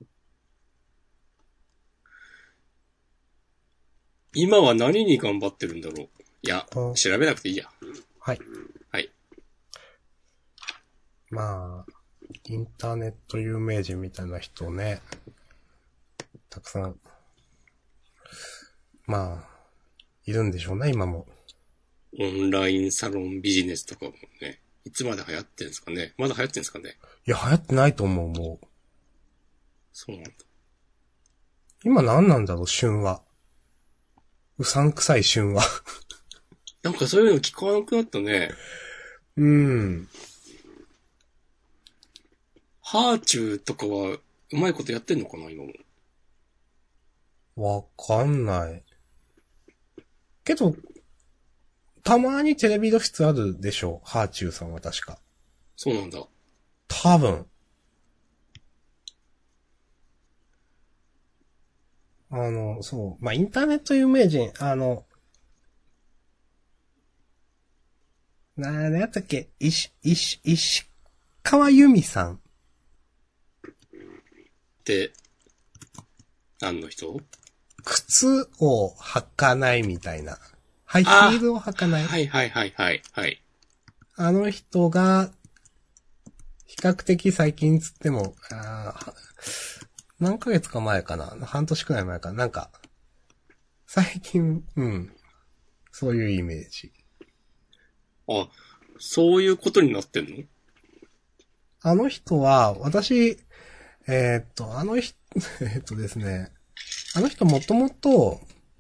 B: 今は何に頑張ってるんだろう。いや、調べなくていいや。
A: はい。
B: はい。
A: まあ、インターネット有名人みたいな人ね、たくさん、まあ、いるんでしょうね、今も。
B: オンラインサロンビジネスとかもね、いつまで流行ってんですかね。まだ流行ってんですかね。
A: いや、流行ってないと思う、もう。
B: そうなんだ。
A: 今何なんだろう、旬は。うさんくさい旬は。
B: なんかそういうの聞かなくなったね。ハーチューとかは、うまいことやってんのかな、今も。
A: わかんない。けど、たまにテレビ露出あるでしょう、ハーチューさんは確か。
B: そうなんだ。
A: 多分。そう。まあ、インターネット有名人、何やったっけ石川由美さん。
B: で、何の人？
A: 靴を履かないみたいな。はい、ヒールを履かない。
B: はいはいはいはい。
A: あの人が、比較的最近つっても、何ヶ月か前かな。半年くらい前かな。なんか、最近、そういうイメージ。
B: あ、そういうことになってんの？
A: あの人は、私、あの人、ですね、あの人もともと、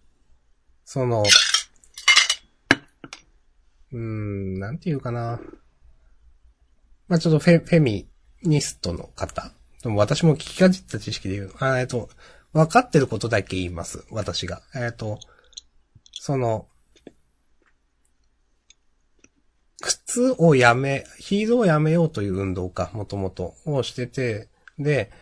A: なんていうかな。まあ、ちょっとフェミニストの方。でも私も聞きかじった知識で言う。分かってることだけ言います。私が。靴をヒールをやめようという運動か、もともと、をしてて、で、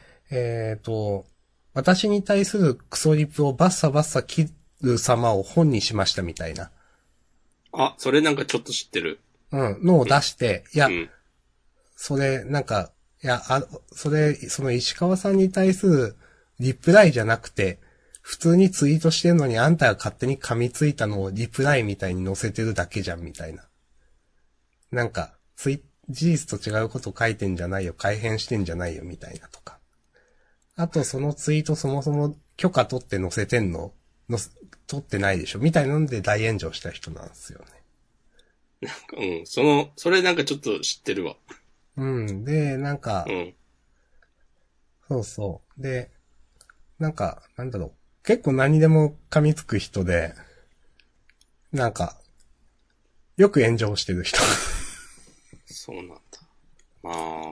A: 私に対するクソリプをバッサバッサ切る様を本にしましたみたいな。
B: あ、それなんかちょっと知ってる。
A: のを出して、いや、それ、なんか、 いや、その石川さんに対するリプライじゃなくて、普通にツイートしてんのにあんたが勝手に噛みついたのをリプライみたいに載せてるだけじゃんみたいな。なんか、事実と違うこと書いてんじゃないよ、改変してんじゃないよみたいなとか。あとそのツイートそもそも許可取って載せてんの取ってないでしょみたいなので大炎上した人なんですよね。
B: うん、それなんかちょっと知ってるわ。
A: うん。で、なんか、
B: うん。
A: そうそう。で、なんか、なんだろう。結構何にでも噛みつく人で、なんか、よく炎上してる人。
B: そうなんだ。まあ。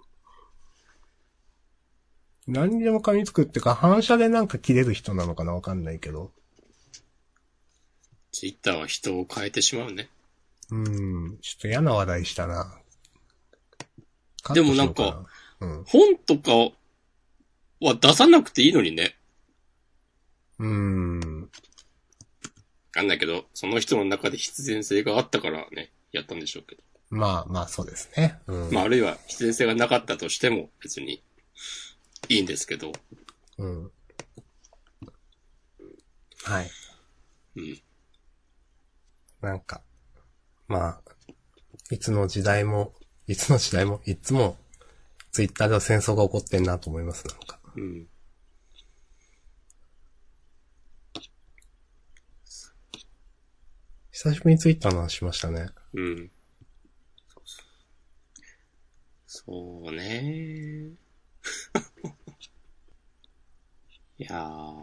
A: 何にでも噛みつくっていうか、反射でなんか切れる人なのかなわかんないけど。
B: ツイッターは人を変えてしまうね。
A: ちょっと嫌な話題したな。
B: でもなんか、
A: うん。
B: 本とかは出さなくていいのにね。わかんないけど、その人の中で必然性があったからね、やったんでしょうけど。
A: まあ、そうですね。
B: まああるいは必然性がなかったとしても別にいいんですけど。
A: はい。
B: うん。
A: なんか、まあ、いつも、いつもツイッターでは戦争が起こってんなと思います、なんか。
B: うん。
A: 久しぶりにツイッターの話しましたね。
B: うん。そうね。いやー。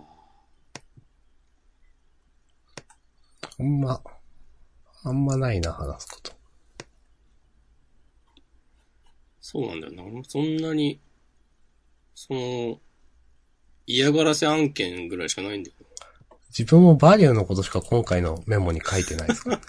A: あんまないな、話すこと。
B: そうなんだよな。そんなに、嫌がらせ案件ぐらいしかないんだよ。
A: 自分もバリューのことしか今回のメモに書いてないですからね。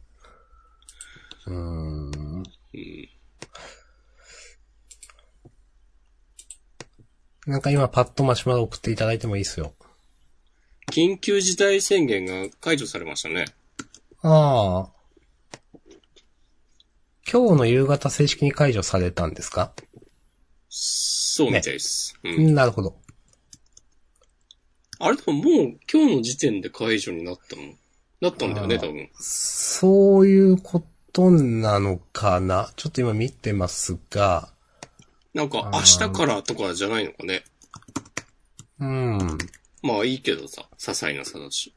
A: なんか今パッとマシュマロ送っていただいてもいいっすよ。
B: 緊急事態宣言が解除されましたね。
A: ああ。今日の夕方正式に解除されたんですか？
B: そうみたいです。
A: なるほど。
B: あれでももう今日の時点で解除になったんだよね、多分。
A: そういうことなのかな？ちょっと今見てますが。
B: なんか明日からとかじゃないのかね。まあいいけどさ、些細な差だし。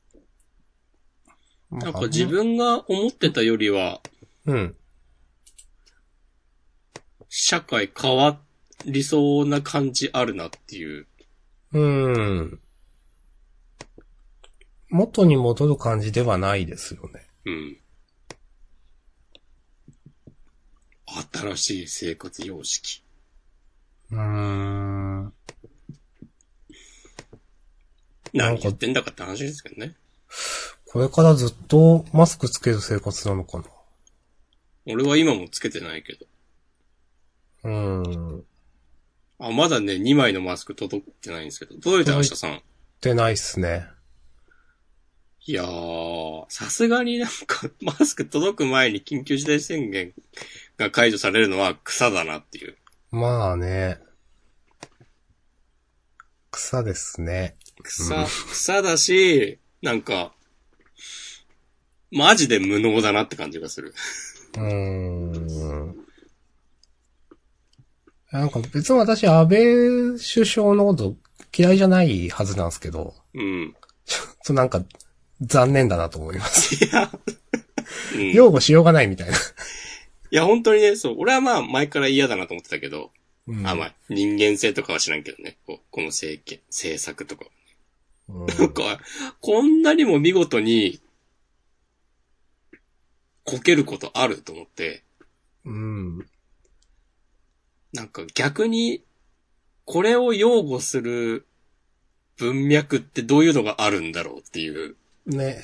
B: なんか自分が思ってたよりは、社会変わりそうな感じあるなっていう。
A: 元に戻る感じではないですよね。
B: 新しい生活様式。
A: 何
B: 言ってんだかって話ですけどね。
A: これからずっとマスクつける生活なのかな？
B: 俺は今もつけてないけど。まだね、2枚のマスク届いてないんですけど。届いた明日さん。
A: 届いてないっすね。
B: いやー、さすがになんか、マスク届く前に緊急事態宣言が解除されるのは草だなっていう。
A: まあね。草ですね。
B: 草だし、なんか、マジで無能だなって感じがする。
A: なんか別に私、安倍首相のこと嫌いじゃないはずなんですけど。ちょっとなんか、残念だなと思います。いや、擁護しようがないみたいな。い
B: や、本当にね、そう。俺はまあ、前から嫌だなと思ってたけど。まあ、人間性とかは知らんけどね。この政策とか。なんか、こんなにも見事に、こけることあると思って。なんか逆に、これを擁護する文脈ってどういうのがあるんだろうっていう。
A: ね。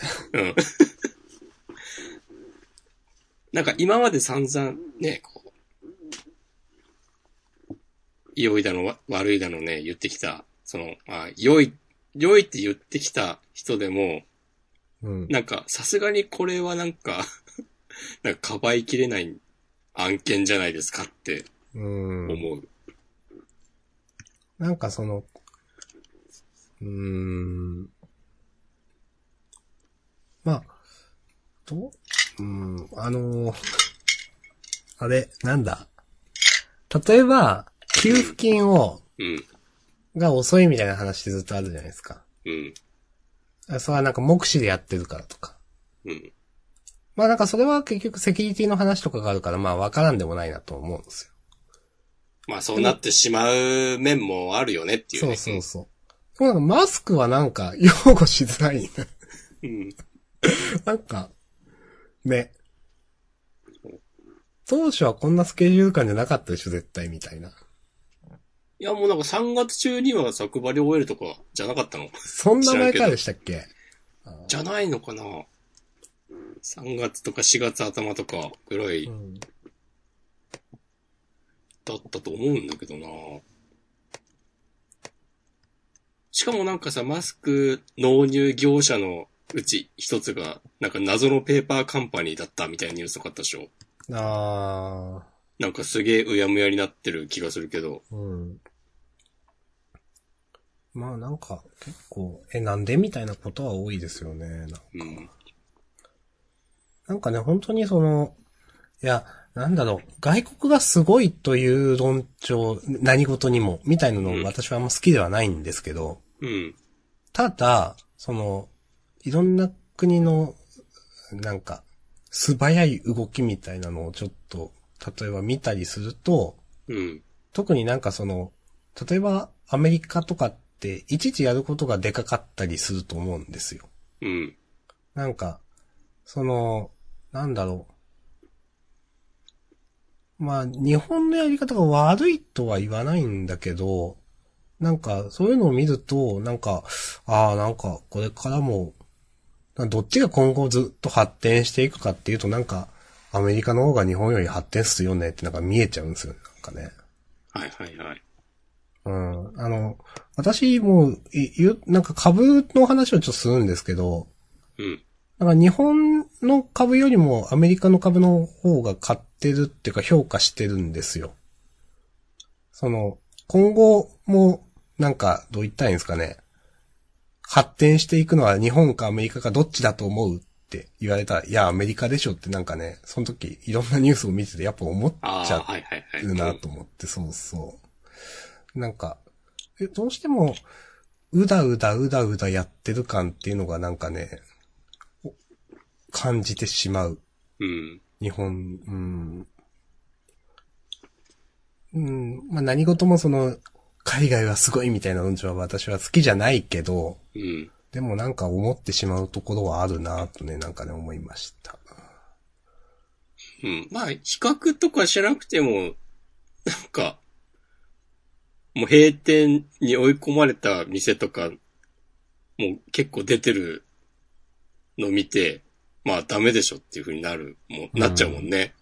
B: なんか今まで散々ね、良いだの悪いだのね、言ってきた、良いって言ってきた人でも、なんかさすがにこれはなんかかばいきれない案件じゃないですかって思う。
A: なんかまあ、あれ、なんだ。例えば、給付金が遅いみたいな話ずっとあるじゃないですか。それはなんか目視でやってるからとか。まあなんかそれは結局セキュリティの話とかがあるからまあわからんでもないなと思うんですよ。
B: まあそうなってしまう面もあるよねっていうね。
A: そう。でもなんかマスクはなんか擁護しづらい。なんか、ね。当初はこんなスケジュール感じゃなかったでしょ、絶対みたいな。
B: いやもうなんか3月中には作張り終えるとかじゃなかったの？
A: そんな前からでしたっけ？
B: じゃないのかな ?3 月とか4月頭とかぐらいだったと思うんだけどな。しかもなんかさ、マスク納入業者のうち一つが、なんか謎のペーパーカンパニーだったみたいなニュースとかあったでしょ？なんかすげえうやむやになってる気がするけど。
A: まあなんか結構、なんでみたいなことは多いですよね。なんかね、本当にいや、なんだろう、外国がすごいという論調、何事にも、みたいなのを私はあんま好きではないんですけど、ただ、いろんな国の、なんか、素早い動きみたいなのをちょっと、例えば見たりすると、特になんか例えばアメリカとかって、いちいちやることがでかかったりすると思うんですよ。なんか、なんだろう。まあ、日本のやり方が悪いとは言わないんだけど、なんか、そういうのを見ると、なんか、なんか、これからも、どっちが今後ずっと発展していくかっていうと、なんか、アメリカの方が日本より発展するよねってなんか見えちゃうんですよね、なんかね。私もなんか株の話をちょっとするんですけど、なんか日本の株よりもアメリカの株の方が買ってるっていうか評価してるんですよ。今後も、なんか、どう言ったらいいんですかね。発展していくのは日本かアメリカかどっちだと思うって言われたら、いや、アメリカでしょってなんかね、その時いろんなニュースを見ててやっぱ思っちゃうなと思って、なんか、どうしても、うだうだやってる感っていうのがなんかね、感じてしまう。日本、まあ、何事も海外はすごいみたいな論調は私は好きじゃないけど、でもなんか思ってしまうところはあるなとね、なんかね、思いました。
B: まあ、比較とかしなくても、なんか、もう閉店に追い込まれた店とか、もう結構出てるの見て、まあダメでしょっていう風になっちゃうもんね。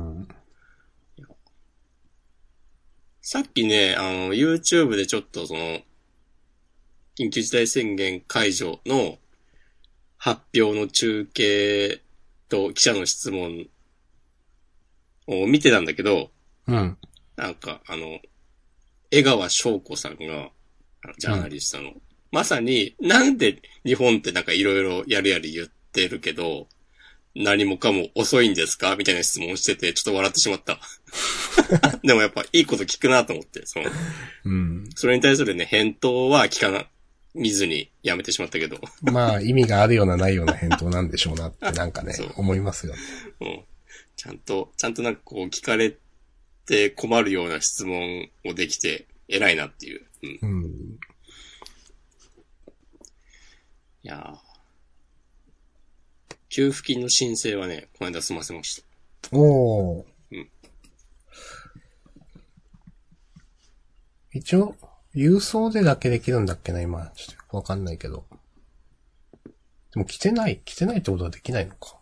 B: さっきね、YouTube でちょっと緊急事態宣言解除の発表の中継と記者の質問を見てたんだけど、なんか江川翔子さんが、ジャーナリストの、まさになんで日本ってなんかいろいろやる言ってるけど、何もかも遅いんですかみたいな質問をしてて、ちょっと笑ってしまった。でもやっぱいいこと聞くなと思って、それに対するね、返答は見ずにやめてしまったけど。
A: まあ意味があるようなないような返答なんでしょうなってなんかね、思いますよね。
B: ちゃんとなんかこう聞かれて困るような質問をできて偉いなっていう。いやー。給付金の申請はね、この間済ませました。
A: 一応、郵送でだけできるんだっけな、今。ちょっとわかんないけど。でも来てないってことはできないのか。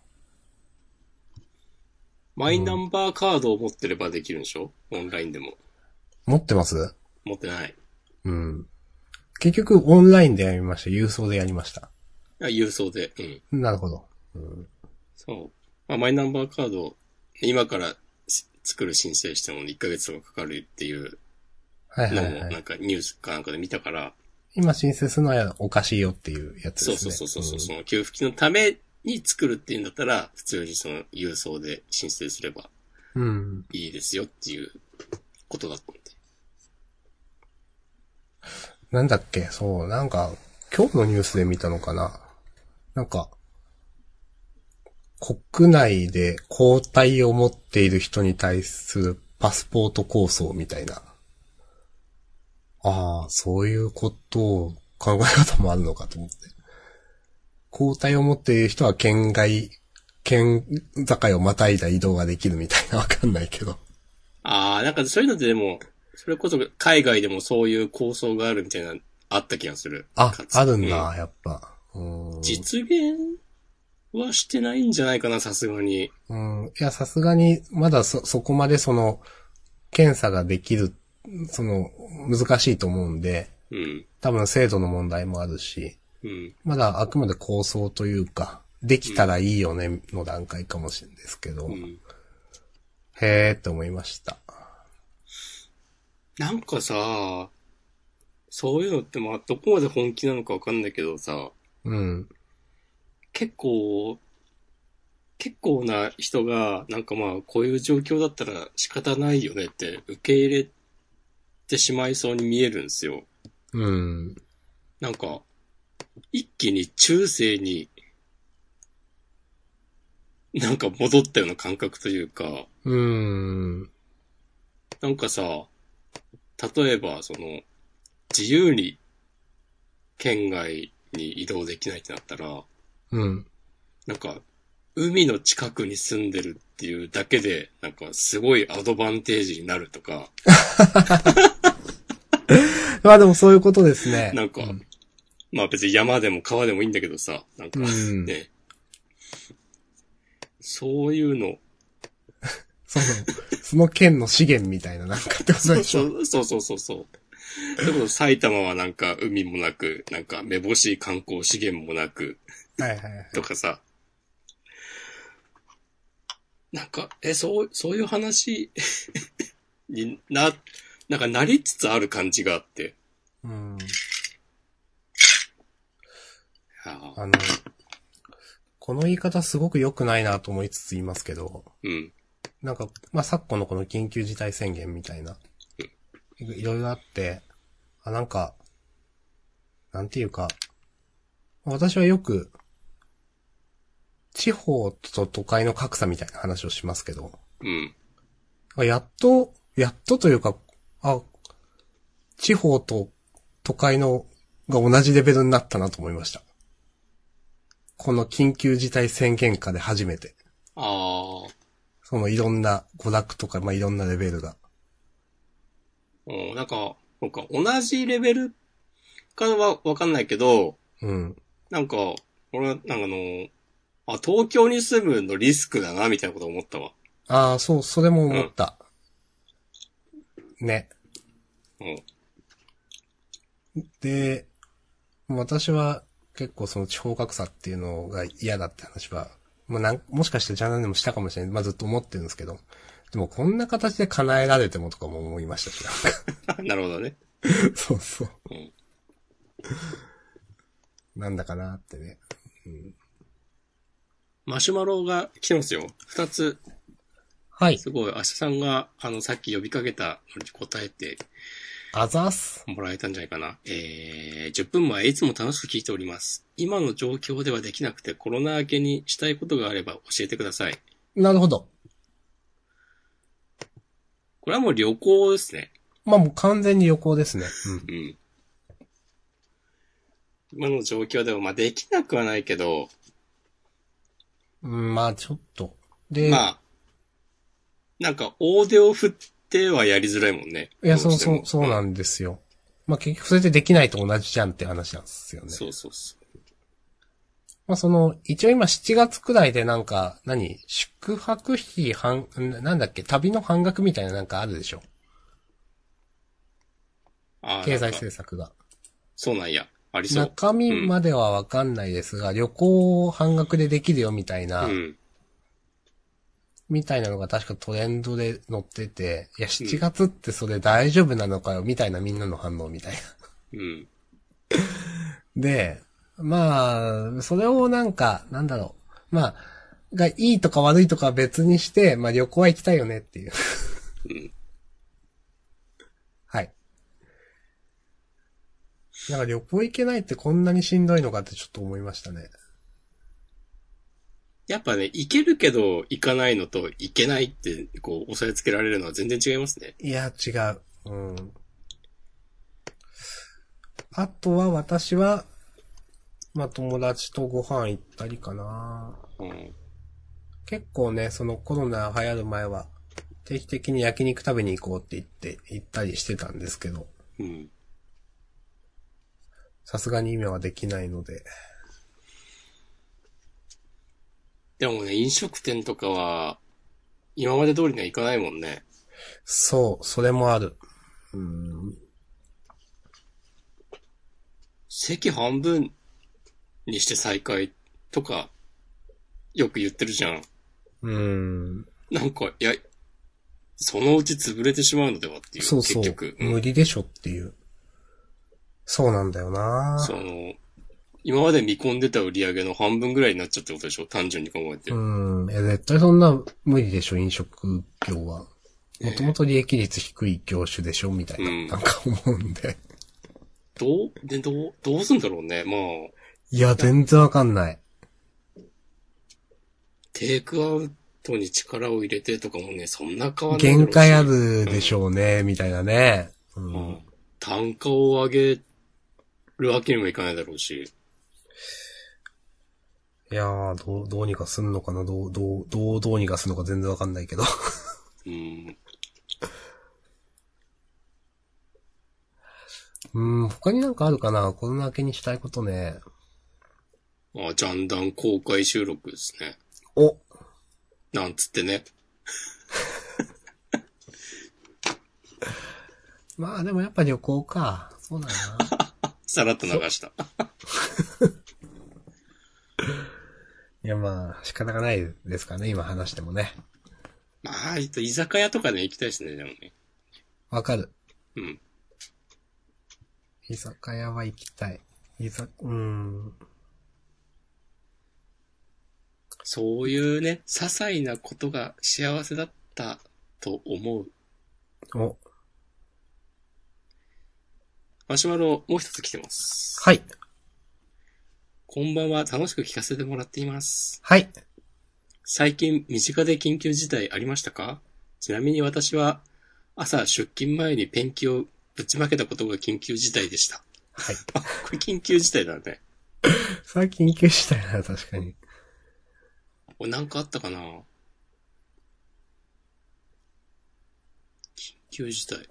B: マイナンバーカードを持ってればできるんでしょ？オンラインでも。
A: 持ってます？
B: 持ってない。
A: 結局、オンラインでやりました。郵送でやりました。
B: 郵送で。
A: なるほど。
B: そう。まあ、マイナンバーカード、今から作る申請しても1ヶ月とかかかるっていうのも、
A: はいはいはい。
B: なんかニュースかなんかで見たから、
A: 今申請するのはおかしいよっていうやつ
B: そう
A: ですね。
B: そうそうそう、その給付金のために作るっていうんだったら、普通にその郵送で申請すれば
A: うん。
B: いいですよっていうことだったんで。
A: なんだっけ、そう、なんか、今日のニュースで見たのかな。なんか、国内で抗体を持っている人に対するパスポート構想みたいな。ああ、そういうことを考え方もあるのかと思って。抗体を持っている人は県境をまたいだ移動ができるみたいなわかんないけど。
B: ああ、なんかそういうのででも、それこそ海外でもそういう構想があるみたいな、あった気がする。
A: あ、
B: かつ
A: あるんだ、
B: うん
A: やっぱ。
B: 実現はしてないんじゃないかな、さすがに。
A: うん。いや、さすがに、まだそこまで検査ができる、難しいと思うんで、
B: うん。
A: 多分制度の問題もあるし、
B: うん。
A: まだあくまで構想というか、できたらいいよねの段階かもしれないですけど、
B: うん。
A: へーって思いました。
B: なんかさ、そういうのってまあ、どこまで本気なのかわかんないけどさ、
A: うん。
B: 結構、結構な人が、なんかまあ、こういう状況だったら仕方ないよねって受け入れてしまいそうに見えるんですよ。
A: うん。
B: なんか、一気に中世になんか戻ったような感覚というか、なんかさ、例えば自由に県外に移動できないってなったら、
A: うん。
B: なんか、海の近くに住んでるっていうだけで、なんかすごいアドバンテージになるとか、
A: まあでもそういうことですね。
B: なんか、
A: うん。
B: まあ別に山でも川でもいいんだけどさ、なんか、
A: うん
B: ね、そういうの、
A: その県の資源みたいななんかってことでしょ。
B: そうそうそうそう。でも埼玉はなんか海もなく、なんかめぼしい観光資源もなく、
A: はいはいはい。
B: とかさ、なんか、そういう話になんかなりつつある感じがあって。
A: うん。
B: は
A: あの、この言い方すごく良くないなと思いつつ言いますけど、
B: うん。
A: なんか、まあ、昨今のこの緊急事態宣言みたいな、いろいろあって、なんか、なんていうか、私はよく、地方と都会の格差みたいな話をしますけど、
B: うん。
A: やっとというか、地方と都会のが同じレベルになったなと思いました。この緊急事態宣言下で初めて。
B: ああ。
A: いろんな娯楽とか、まあ、いろんなレベルが。
B: なんか同じレベルかはわかんないけど、
A: うん。
B: なんか、俺は、なんか東京に住むのリスクだな、みたいなこと思ったわ。
A: ああ、そう、それも思った。ね。
B: うん。
A: で、私は結構その地方格差っていうのが嫌だって話は、もしかしてジャーナルでもしたかもしれない。まあ、ずっと思ってるんですけど。でもこんな形で叶えられてもとかも思いましたし、なんか
B: なるほどね。
A: そうそう。
B: うん。
A: なんだかなってね。うん、
B: マシュマロが来てますよ。2つ。
A: はい。
B: すごい、明日さんが、さっき呼びかけたのに答えて
A: あざす。
B: もらえたんじゃないかな。10分前、いつも楽しく聞いております。今の状況ではできなくてコロナ明けにしたいことがあれば教えてください。
A: なるほど。
B: これはもう旅行ですね。
A: まあもう完全に旅行ですね。
B: うん。今の状況では、まあできなくはないけど、
A: うん。まあちょっと。で、
B: まあ、なんか大手を振ってはやりづらいもんね。
A: いや、そう
B: う
A: なんですよ。まあ結局それでできないと同じじゃんって話なんですよね。
B: そうそうそう。
A: まあ一応今7月くらいでなんか、宿泊費なんだっけ、旅の半額みたいななんかあるでしょ。経済政策が。
B: そうなんや。ありそう。
A: 中身まではわかんないですが、旅行半額でできるよみたいな、 みたいなのが確かトレンドで載ってて、いや、7月ってそれ大丈夫なのかよ、みたいなみんなの反応みたいな。
B: うん。
A: で、まあ、それをなんか、なんだろう。まあ、がいいとか悪いとかは別にして、まあ旅行は行きたいよねっていう。
B: うん。
A: はい。なんか旅行行けないってこんなにしんどいのかってちょっと思いましたね。
B: やっぱね、行けるけど行かないのと行けないって、こう、押さえつけられるのは全然違いますね。
A: いや、違う。うん。あとは私は、まあ友達とご飯行ったりかな。
B: うん。
A: 結構ね、そのコロナ流行る前は、定期的に焼肉食べに行こうって行ったりしてたんですけど、
B: うん。
A: さすがに今はできないので。
B: でもね、飲食店とかは、今まで通りには行かないもんね。
A: そう、それもある。
B: 席半分にして再開とか、よく言ってるじゃん。なんか、いや、そのうち潰れてしまうのではっていう、
A: そうそう。
B: 結局。
A: 無理でしょっていう。そうなんだよな。
B: 今まで見込んでた売り上げの半分ぐらいになっちゃったことでしょ、単純に考えて。
A: 絶対そんな無理でしょ、飲食業は。もともと利益率低い業種でしょ、みたいな、なんか思うんで。
B: どうすんだろうね。まあ。
A: いや、全然わかんない。
B: テイクアウトに力を入れてとかもね、そんな変わんないだろうし。
A: 限界あるでしょうね、みたいなね。
B: 単価を上げるわけにもいかないだろうし。
A: いやー、どうにかすんのかな、どうにかすんのか全然わかんないけど。他になんかあるかな、コロナ明けにしたいことね。
B: ジャンダン公開収録ですね。
A: お
B: なんつってね。
A: まあでもやっぱ旅行か。そうだな。
B: さらっと流した。
A: いやまあ、仕方がないですかね、今話してもね。
B: まあ、居酒屋とかで行きたいですね、でもね。
A: わかる。
B: うん。
A: 居酒屋は行きたい。
B: そういうね、些細なことが幸せだったと思う。
A: お。
B: マシュマロ、もう一つ来てます。
A: はい。
B: こんばんは、楽しく聞かせてもらっています。
A: はい。
B: 最近、身近で緊急事態ありましたか？ちなみに私は、朝出勤前にペンキをぶちまけたことが緊急事態でした。
A: はい。
B: あ、これ緊急事態だね。
A: それは緊急事態な、確かに。
B: これなんかあったかな？緊急事態。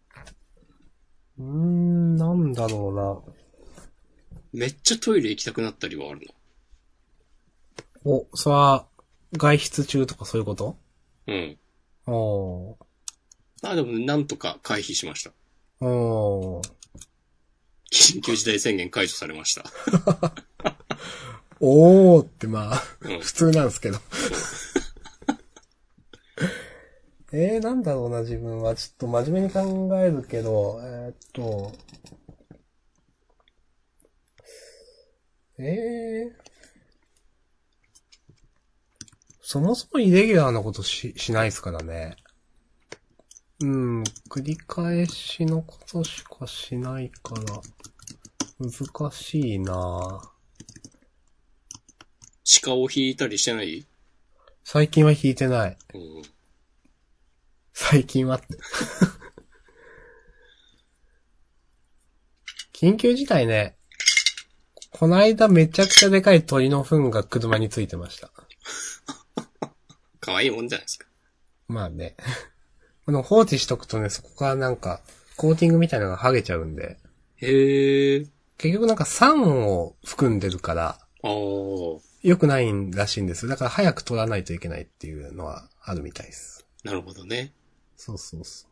A: なんだろうな。
B: めっちゃトイレ行きたくなったりはある
A: お、それは、外出中とかそういうこと？
B: の？うん。
A: おー。
B: でもなんとか回避しました。
A: おー。
B: 緊急事態宣言解除されました。
A: おーってまあ、
B: うん、
A: 普通なんですけど。なんだろうな、自分は。ちょっと真面目に考えるけど、そもそもイレギュラーなことしないですからね。繰り返しのことしかしないから、難しいな。
B: 鹿を引いたりしてない？
A: 最近は引いてない。最近はって。緊急事態ね。この間めちゃくちゃでかい鳥の糞が車についてました。
B: 可愛いもんじゃないですか。
A: まあね。放置しとくとね、そこからなんか、コーティングみたいなのが剥げちゃうんで。
B: へー。
A: 結局なんか酸を含んでるから、良くないらしいんです。だから早く取らないといけないっていうのはあるみたいです。
B: なるほどね。
A: そうそうそう。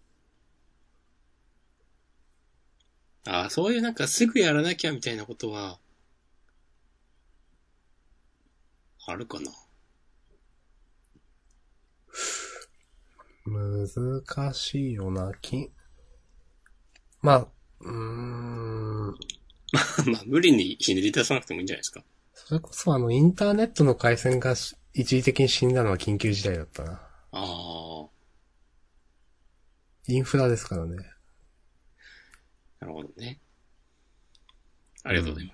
B: そういうなんかすぐやらなきゃみたいなことは、あるかな。
A: 難しいよな、まあ、
B: まあ、無理にひねり出さなくてもいいんじゃないですか。
A: それこそインターネットの回線が一時的に死んだのは緊急事態だったな。
B: ああ、
A: インフラですからね。
B: なるほどね。ありがとうございます。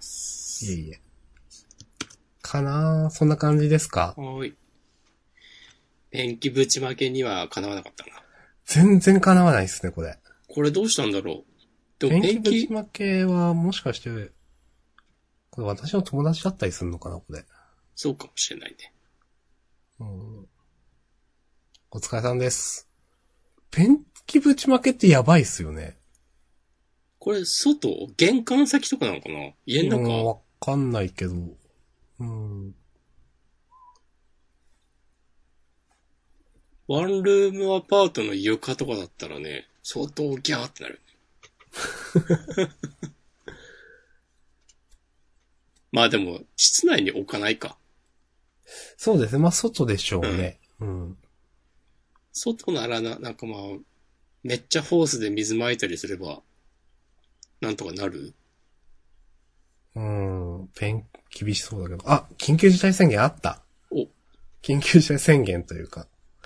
A: いえいえ。かなぁ、そんな感じですか？
B: はーい。ペンキぶちまけにはかなわなかったな。
A: 全然叶わないですね、これ。
B: これどうしたんだろう。でもペンキ、
A: ぶちまけは、もしかして、これ私の友達だったりするのかな、これ。
B: そうかもしれないね。
A: お疲れさんです。ペンキぶちまけってやばいっすよね。
B: これ、玄関先とかなのかな？家の中？
A: わかんないけど。
B: ワンルームアパートの床とかだったらね、相当ギャーってなる。まあでも、室内に置かないか。
A: そうですね。まあ、外でしょうね。
B: 外ならなんかまあ、めっちゃホースで水撒いたりすれば、なんとかなる？
A: ペン厳しそうだけど。あ、緊急事態宣言あった。
B: お。
A: 緊急事態宣言というか。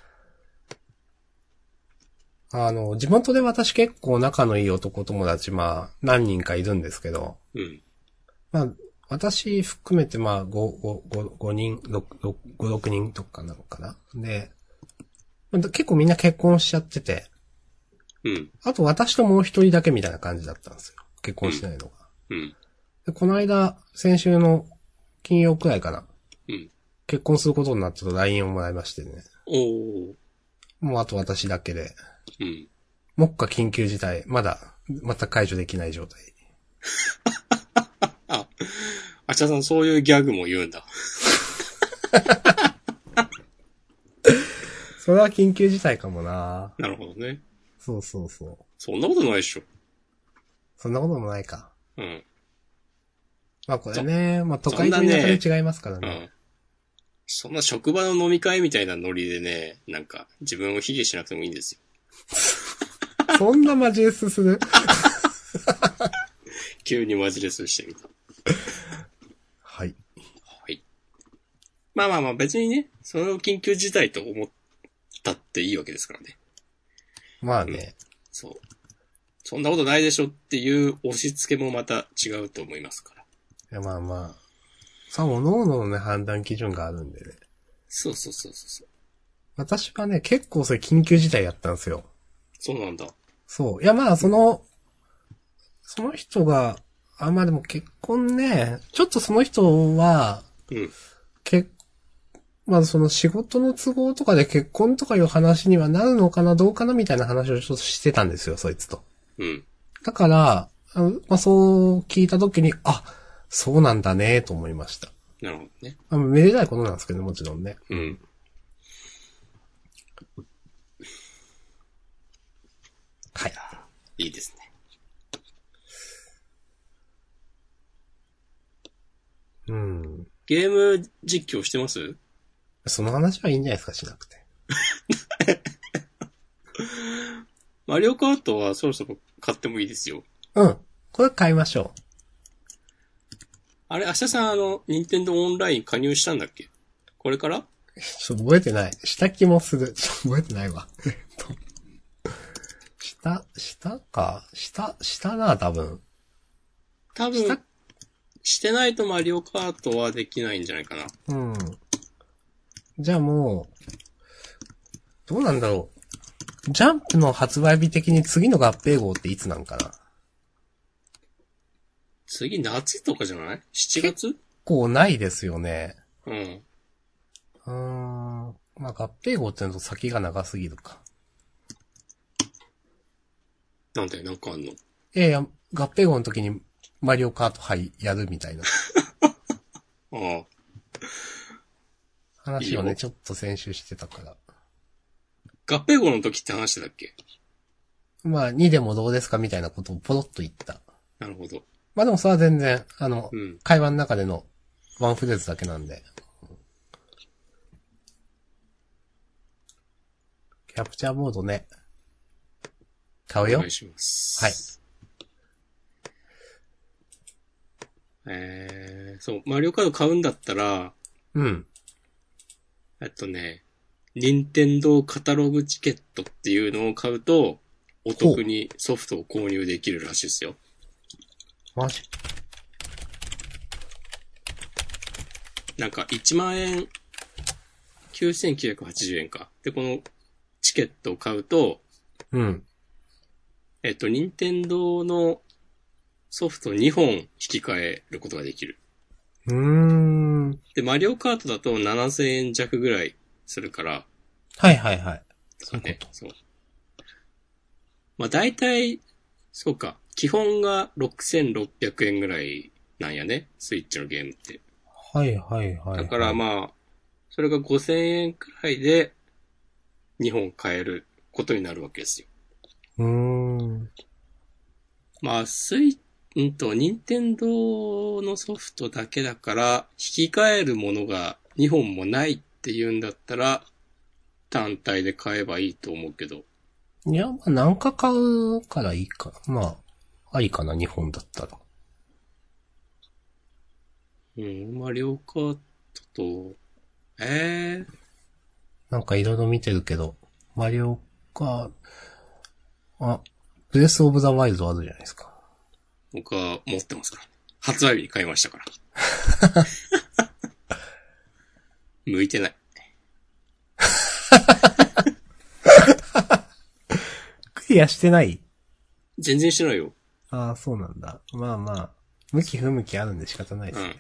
A: 地元で私結構仲のいい男友達、まあ、何人かいるんですけど。まあ、私含めてまあ、5人、6人とかなのかな。で、結構みんな結婚しちゃってて。あと私ともう一人だけみたいな感じだったんですよ。結婚してないのが。でこの間、先週の金曜くらいかな。結婚することになったと LINE をもらいましてね。もうあと私だけで。目下緊急事態、また解除できない状態。
B: あちゃさんそういうギャグも言うんだ。
A: それは緊急事態かもな。
B: なるほどね。
A: そうそうそう。
B: そんなことないでしょ。
A: そんなこともないか。まあこれね、まあ都会と田舎で違いますからね。
B: そんな職場の飲み会みたいなノリでね、なんか自分を卑下しなくてもいいんですよ。
A: そんなマジレスする？
B: 急にマジレスしてみた。
A: はい。
B: はい。まあ別にね、それを緊急事態と思ったっていいわけですからね。
A: まあね。
B: そう。そんなことないでしょっていう押し付けもまた違うと思いますから。
A: いやまあ。さあ、各々のね、判断基準があるんでね。
B: そう。
A: 私はね、結構それ緊急事態やったんですよ。
B: そうなんだ。
A: そう。いやまあ、その人が、まあでも結婚ね、ちょっとその人は、まあその仕事の都合とかで結婚とかいう話にはなるのかな、どうかなみたいな話をちょっとしてたんですよ、そいつと。だから、まあそう聞いたときに、あ、そうなんだね、と思いました。
B: なるほどね。
A: めでたいことなんですけど、もちろんね。はい。
B: いいですね。ゲーム実況してます？
A: その話はいいんじゃないですか、しなくて。
B: マリオカートはそろそろ買ってもいいですよ。
A: これ買いましょう。
B: あれ、明日さん任天堂オンライン加入したんだっけ？これから？
A: ちょっと覚えてない。した気もする。ちょっと覚えてないわ。したな、多分。
B: してないとマリオカートはできないんじゃないかな。
A: じゃあもう、どうなんだろう。ジャンプの発売日的に次の合併号っていつなんかな？
B: 次夏とかじゃない？ 7 月？
A: 結構ないですよね。
B: ま
A: あ合併号ってのと先が長すぎるか。
B: なんかあんの？
A: いや、合併号の時にマリオカートやるみたいな。話をね、ちょっと先週してたから。
B: 合併号の時って話だっけ？
A: まあ、2でもどうですかみたいなことをポロッと言った。
B: なるほど。
A: まあでもそれは全然、会話の中でのワンフレーズだけなんで。 キャプチャーボードね。買うよ。
B: お願いします。はい。そう、マリオカード買うんだったら、
A: うん。
B: 任天堂カタログチケットっていうのを買うと、お得にソフトを購入できるらしいですよ。
A: マジ？
B: なんか1万円、9980円か。で、このチケットを買うと、
A: うん。
B: 任天堂のソフト2本引き換えることができる。で、マリオカートだと7000円弱ぐらいするから。
A: はいはいはい。そういうこと。
B: そう。まあ大体、そうか。基本が6600円ぐらいなんやね。スイッチのゲームって。
A: はいはいはい、はい。
B: だからまあ、それが5000円くらいで2本買えることになるわけですよ。まあ、任天堂のソフトだけだから、引き換えるものが2本もないっていうんだったら、単体で買えばいいと思うけど。
A: いや、まあ、なんか買うからいいか。まあ、ありかな、2本だったら。
B: マリオカートと、
A: なんかいろいろ見てるけど、マリオカー、ブレスオブザワイルドあるじゃないですか。
B: 僕は持ってますから。発売日に買いましたから。向いてない。
A: クリアしてない？
B: 全然してないよ。
A: ああ、そうなんだ。まあまあ、向き不向きあるんで仕方ないですね。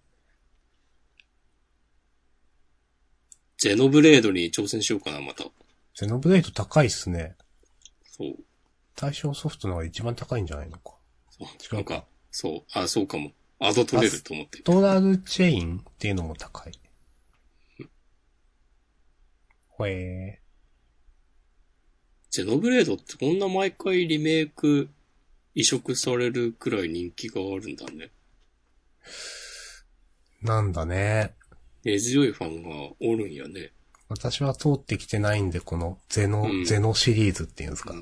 B: ゼノブレードに挑戦しようかな、また。
A: ゼノブレイド高いっすね。
B: そう。
A: 対象ソフトの方が一番高いんじゃないのか。
B: そう。なんか、そう。そうかも。アド取れると思って。
A: アストラルチェインっていうのも高い。ほえー。
B: ゼノブレードってこんな毎回リメイク移植されるくらい人気があるんだね。
A: なんだね。
B: 根強いファンがおるんやね。
A: 私は通ってきてないんで、このゼノシリーズっていうんですか。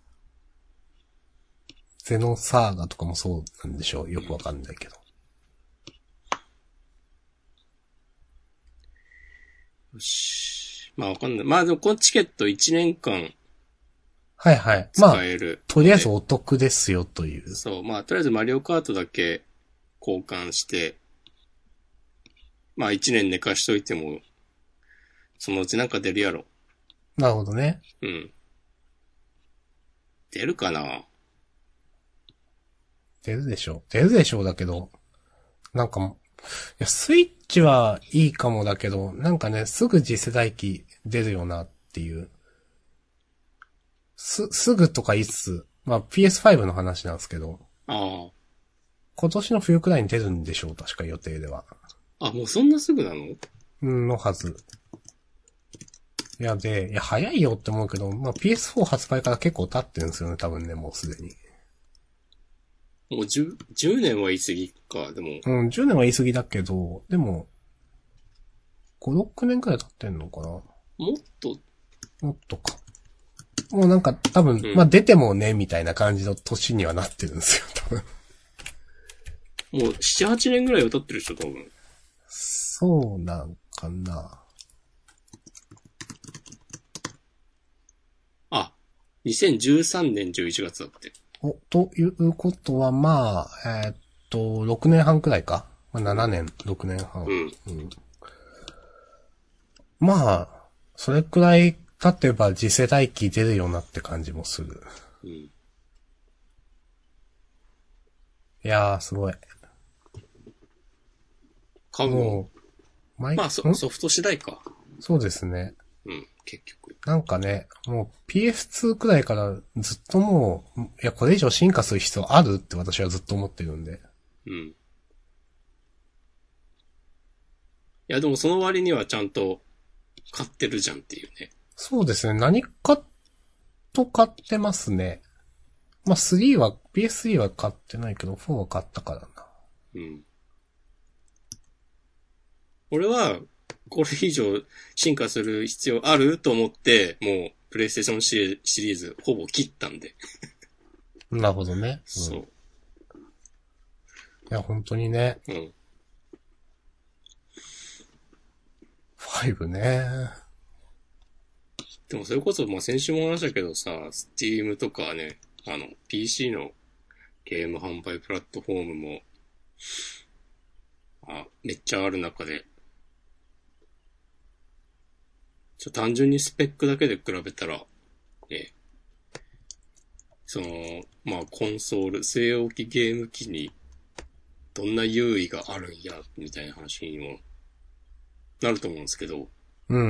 A: ゼノサーガとかもそうなんでしょう。よくわかんないけど。
B: よし。まあわかんない。まあでもこのチケット1年間
A: はいはい。
B: 使える。
A: とりあえずお得ですよという。
B: そう。まあとりあえずマリオカートだけ交換して、まあ1年寝かしといても、そのうちなんか出るやろ。
A: なるほどね。
B: うん。出るかな？
A: 出るでしょうだけど、なんか、いや、スイッチはいいかもだけど、なんかね、すぐ次世代機出るよなっていう。すぐとかいつ、まあ PS5 の話なんですけど、
B: ああ。
A: 今年の冬くらいに出るんでしょう、確か予定では。
B: あ、もうそんなすぐなの？
A: のはず。いや、早いよって思うけど、まあ PS4 発売から結構経ってるんですよね、多分ね、もうすでに。
B: もう10年は言い過ぎか、でも。
A: 10年は言い過ぎだけど、でも、5、6年くらい経ってんのかな？もっとか。もうなんか多分、まあ出てもね、みたいな感じの年にはなってるんですよ、多分。
B: もう7、8年ぐらいは経ってるでしょ、多分。
A: そうなんかな。
B: あ、2013年11月だって。
A: ということは、まあ、6年半くらいか。まあ、7年、6年半。まあ、それくらい経てば次世代機出るようなって感じもする。いやー、すごい。
B: 買うの？まあ、ソフト次第か。
A: そうですね。
B: 結局。
A: なんかね、もう PS2 くらいからずっともう、いや、これ以上進化する必要あるって私はずっと思ってるんで。
B: いや、でもその割にはちゃんと買ってるじゃんっていうね。
A: そうですね。何かと買ってますね。まあ、PS3 は買ってないけど、4は買ったからな。
B: 俺は、これ以上進化する必要あると思って、もうプレイステーションシリーズほぼ切ったんで。
A: なるほどね。
B: そう。
A: いや、本当にね。
B: うん。
A: 5ね。
B: でもそれこそ、まあ先週も話したけどさ、Steam とかね、PC のゲーム販売プラットフォームも、めっちゃある中で、単純にスペックだけで比べたら、ね、まあコンソール、据え置きゲーム機に、どんな優位があるんや、みたいな話にも、なると思うんですけど、
A: うん。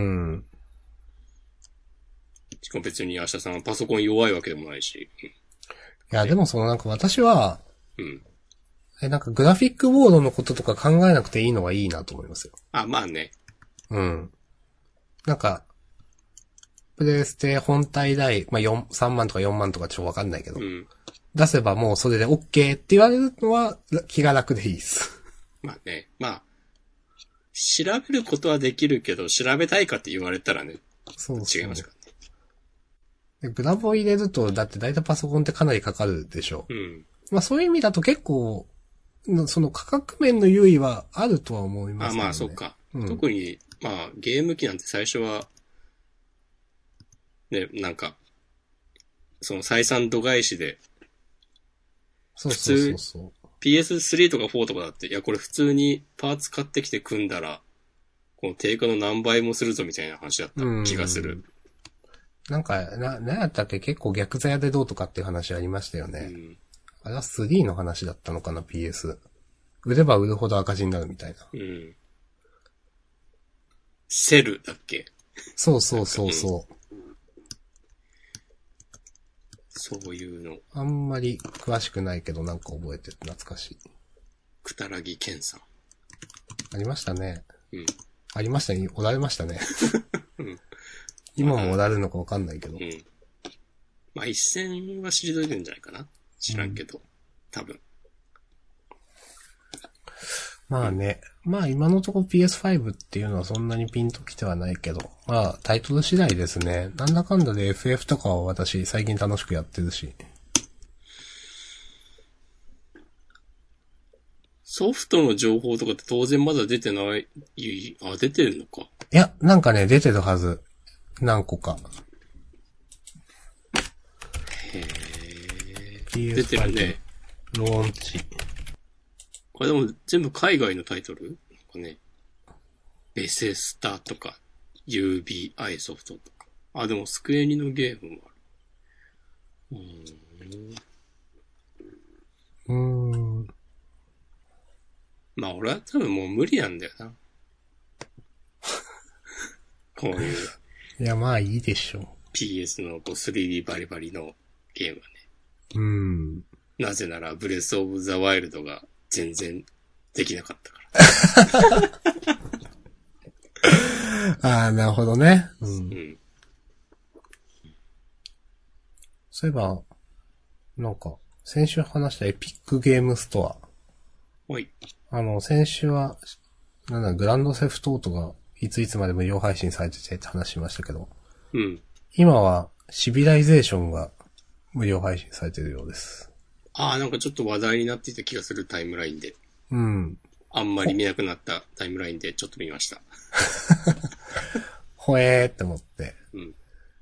B: しかも別に明日さんはパソコン弱いわけでもないし。
A: いや、でもなんか私は、
B: うん。
A: なんかグラフィックボードのこととか考えなくていいのがいいなと思いますよ。
B: まあね。
A: うん。なんか、プレイステ本体代、まあ、3万とか4万とかちょっとわかんないけど、
B: うん。
A: 出せばもうそれで OK って言われるのは気が楽でいいです。
B: まあね。まあ、調べることはできるけど、調べたいかって言われたらね、
A: そうそう。
B: 違いますからね。
A: でグラボを入れると、だって大体パソコンってかなりかかるでしょ。
B: うん。
A: まあそういう意味だと結構、その価格面の優位はあるとは思いますけどね。
B: まあそうか。
A: うん、
B: 特に、まあゲーム機なんて最初は、ね、なんか、採算度外視で、
A: そうそうそうそう。
B: PS3 とか4とかだって、いやこれ普通にパーツ買ってきて組んだら、この定価の何倍もするぞみたいな話だった気がする。
A: なんか、なんやったっけ結構逆ザヤでどうとかっていう話ありましたよね。
B: うん、
A: あれは3の話だったのかな、PS。売れば売るほど赤字になるみたいな。
B: うん。セルだっけ？
A: そうそうそうそう。
B: そういうの。
A: あんまり詳しくないけどなんか覚えてる。懐かしい。
B: くたらぎけんさん。
A: ありましたね。
B: うん。
A: ありましたね。おられましたね。
B: うん。
A: 今もおられるのかわかんないけど。
B: うん。まあ一線は退いてるんじゃないかな。知らんけど。多分。
A: まあね。まあ今のところ PS5 っていうのはそんなにピンときてはないけど。まあタイトル次第ですね。なんだかんだで FF とかは私最近楽しくやってるし。
B: ソフトの情報とかって当然まだ出てない、出てるのか。
A: いや、なんかね、出てるはず。何個か。
B: へ
A: ー。
B: 出てるね。
A: ローンチ。
B: これでも全部海外のタイトルなんかね。ベセスタとか、UBI ソフトとか。でもスクエニのゲームもある。まあ俺は多分もう無理なんだよな。こういう。
A: いや、まあいいでしょう。
B: PS の3D バリバリのゲームはね。なぜなら、ブレスオブザワイルドが全然できなかったから。
A: なるほどね。そういえば、なんか、先週話したエピックゲームストア。
B: はい。
A: 先週は、グランドセフトオートがいついつまで無料配信されててって話しましたけど。
B: うん。
A: 今は、シビライゼーションが無料配信されてるようです。
B: なんかちょっと話題になっていた気がするタイムラインで。
A: うん。
B: あんまり見なくなったタイムラインでちょっと見ました。
A: ほえーって思って。
B: うん。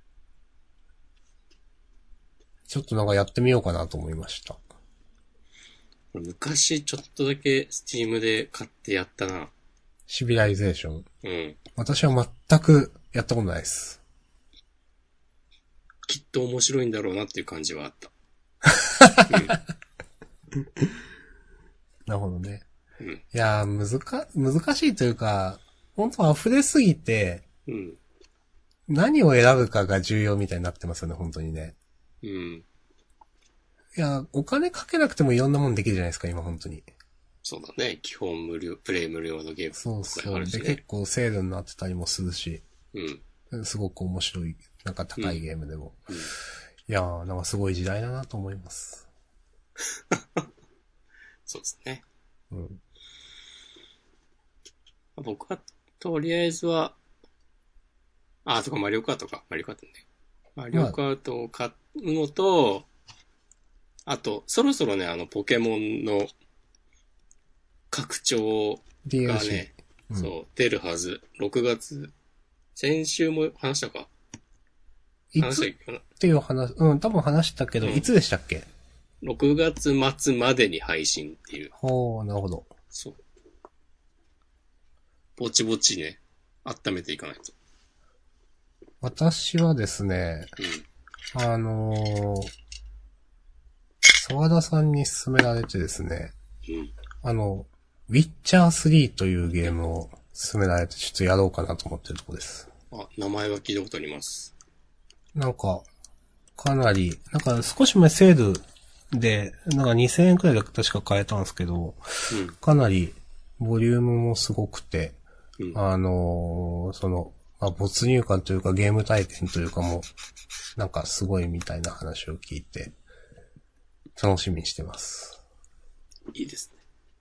A: ちょっとなんかやってみようかなと思いました。
B: 昔ちょっとだけスチームで買ってやったな。
A: シビライゼーション。
B: うん。
A: 私は全くやったことないです。
B: きっと面白いんだろうなっていう感じはあった。
A: なるほどね。
B: うん。
A: いやー、難しいというか、本当溢れすぎて、
B: うん。
A: 何を選ぶかが重要みたいになってますよね、本当にね。
B: うん。
A: いや、お金かけなくてもいろんなもんできるじゃないですか、今本当に。
B: そうだね。基本無料、プレイ無料のゲーム
A: そうそう。
B: あるしね。
A: で、結構セールになってたりもするし。
B: うん。
A: すごく面白い、なんか高いゲームでも。
B: うん。
A: いやー、なんかすごい時代だなと思います。
B: そうですね。
A: うん。
B: 僕は、とりあえずは、とかマリオカートね。 マリオカートを買うのと、あと、そろそろね、ポケモンの拡張が
A: DLC。
B: ね、そう、出るはず。6月。先週も話したか
A: いつっ
B: 話したっけかな
A: ていう話、多分話したけど、いつでしたっけ？
B: 6月末までに配信っていう。
A: ほう、なるほど。
B: そう。ぼちぼちね、温めていかないと。
A: 私はですね、
B: うん。
A: 沢田さんに勧められてですね、
B: うん。
A: ウィッチャー3というゲームを勧められてちょっとやろうかなと思ってるところです。
B: あ、名前は聞いたことあります。
A: なんか、かなり、なんか少し前セールで、なんか2000円くらいで確か買えたんですけど、
B: うん。
A: かなりボリュームもすごくて、
B: うん。
A: 没入感というかゲーム体験というかも、なんかすごいみたいな話を聞いて、楽しみにしてます。
B: いいですね。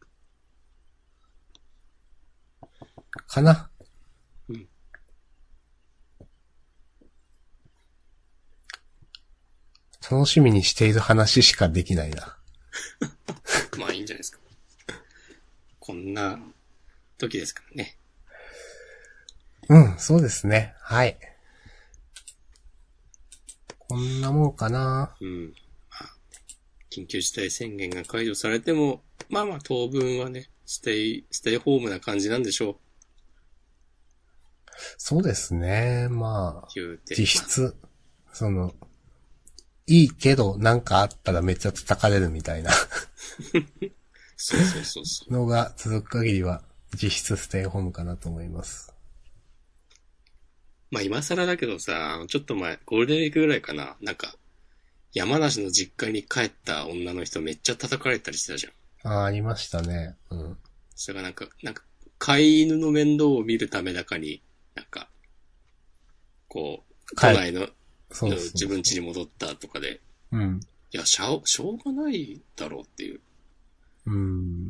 A: かな？
B: うん。
A: 楽しみにしている話しかできないな。
B: まあいいんじゃないですか。こんな時ですからね。
A: うん、そうですね。はい。こんなもんかな。
B: うん。まあ、緊急事態宣言が解除されても、まあまあ当分はね、ステイホームな感じなんでしょう。
A: そうですね。まあ、
B: 言うて。
A: 実質、いいけどなんかあったらめっちゃ叩かれるみたいな
B: そうそうそうそう。
A: のが続く限りは実質ステイホームかなと思います。
B: まあ今更だけどさ、ちょっと前、ゴールデンウィークぐらいかな。なんか、山梨の実家に帰った女の人めっちゃ叩かれたりしてたじゃん。
A: ありましたね。うん。
B: それがなんか、飼い犬の面倒を見るためだかに、なんか、こう、都内の
A: そう
B: 自分家に戻ったとかで、
A: うん。
B: いや、しょうがないだろうっていう。
A: うん。
B: うん。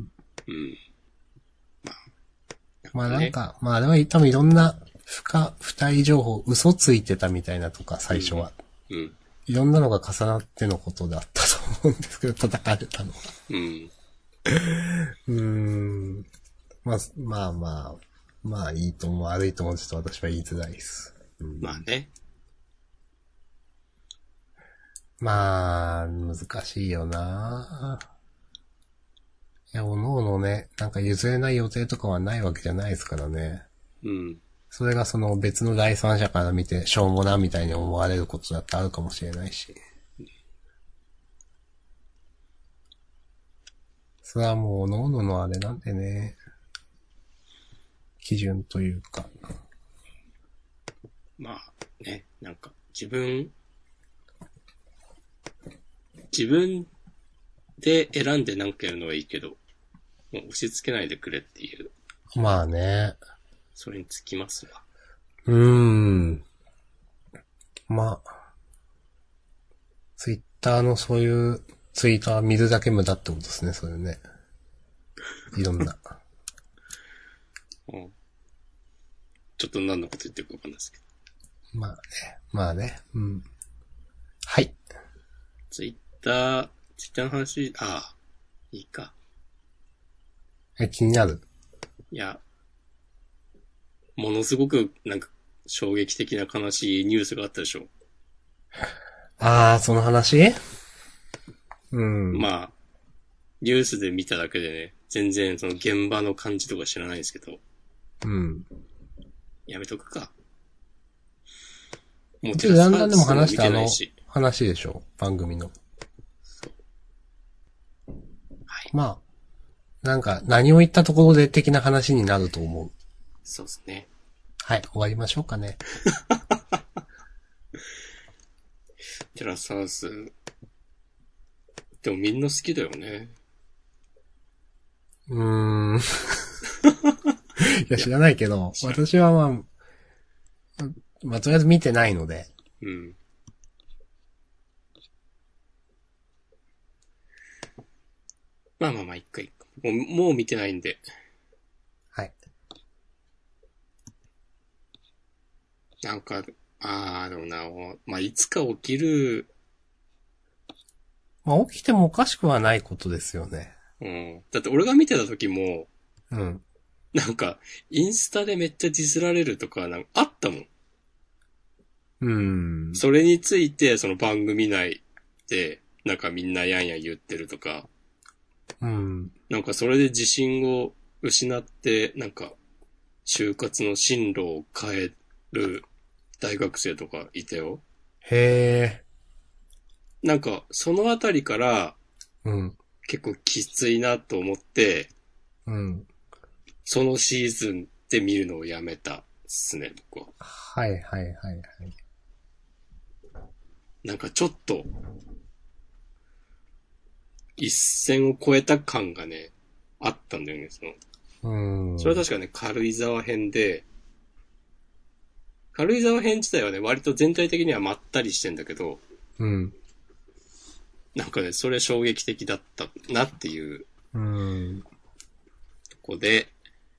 A: まあなんか、まああれは多分いろんな不体情報、嘘ついてたみたいなとか最初は。
B: うん。
A: いろんなのが重なってのことだったと思うんですけど、叩かれたのは。
B: うん。
A: まあいいとも悪いともちょっと私は言いづらいです。
B: まあね。
A: まあ、難しいよないや、おのおのね、なんか譲れない予定とかはないわけじゃないですからね。
B: うん。
A: それがその別の第三者から見てしょうもなみたいに思われることだってあるかもしれないし。それはもうおのおののあれなんでね。基準というか。
B: まあね、なんか自分で選んでなんかやるのはいいけど、もう押し付けないでくれっていう、
A: まあね。
B: それにつきますわ。
A: まあ。ツイッターのそういうツイートは見るだけ無駄ってことですね、それね。いろんな。
B: うん。ちょっと何のこと言ってるかわかんないですけど。
A: まあね。うん。はい。
B: ツイッターの話、いいか。
A: 気になる。
B: いや、ものすごくなんか衝撃的な悲しいニュースがあったでしょ。
A: その話？うん。
B: まあ、ニュースで見ただけでね、全然その現場の感じとか知らないですけど。
A: うん。
B: やめとくか。もう
A: ちょっとだんだんでも話した話でしょ番組の。
B: はい。
A: まあ、なんか何を言ったところで的な話になると思う。
B: そうですね。
A: はい、終わりましょうかね。
B: テラスハウス。でもみんな好きだよね。
A: いや、知らないけど、私はとりあえず見てないので。
B: うん。まあ、一回。もう見てないんで。
A: はい。
B: なんか、 でもな、まあ、いつか起きる、
A: まあ起きてもおかしくはないことですよね。
B: うん。だって俺が見てた時も、
A: うん。
B: なんか、インスタでめっちゃディスられるとか、なんかあったもん。それについて、その番組内で、なんかみんなやんやん言ってるとか、
A: うん。
B: なんかそれで自信を失って、なんか、就活の進路を変える大学生とかいたよ。
A: へえ。
B: なんか、そのあたりから
A: うん。
B: 結構きついなと思って、
A: うん。
B: そのシーズンで見るのをやめたっすね、僕は。
A: はいはいはいはい。
B: なんかちょっと、一線を越えた感がね、あったんだよね、それは確かね、軽井沢編で、軽井沢編自体はね、割と全体的にはまったりしてんだけど、
A: うん。
B: なんかね、それ衝撃的だったなっていう
A: うん。
B: とこで、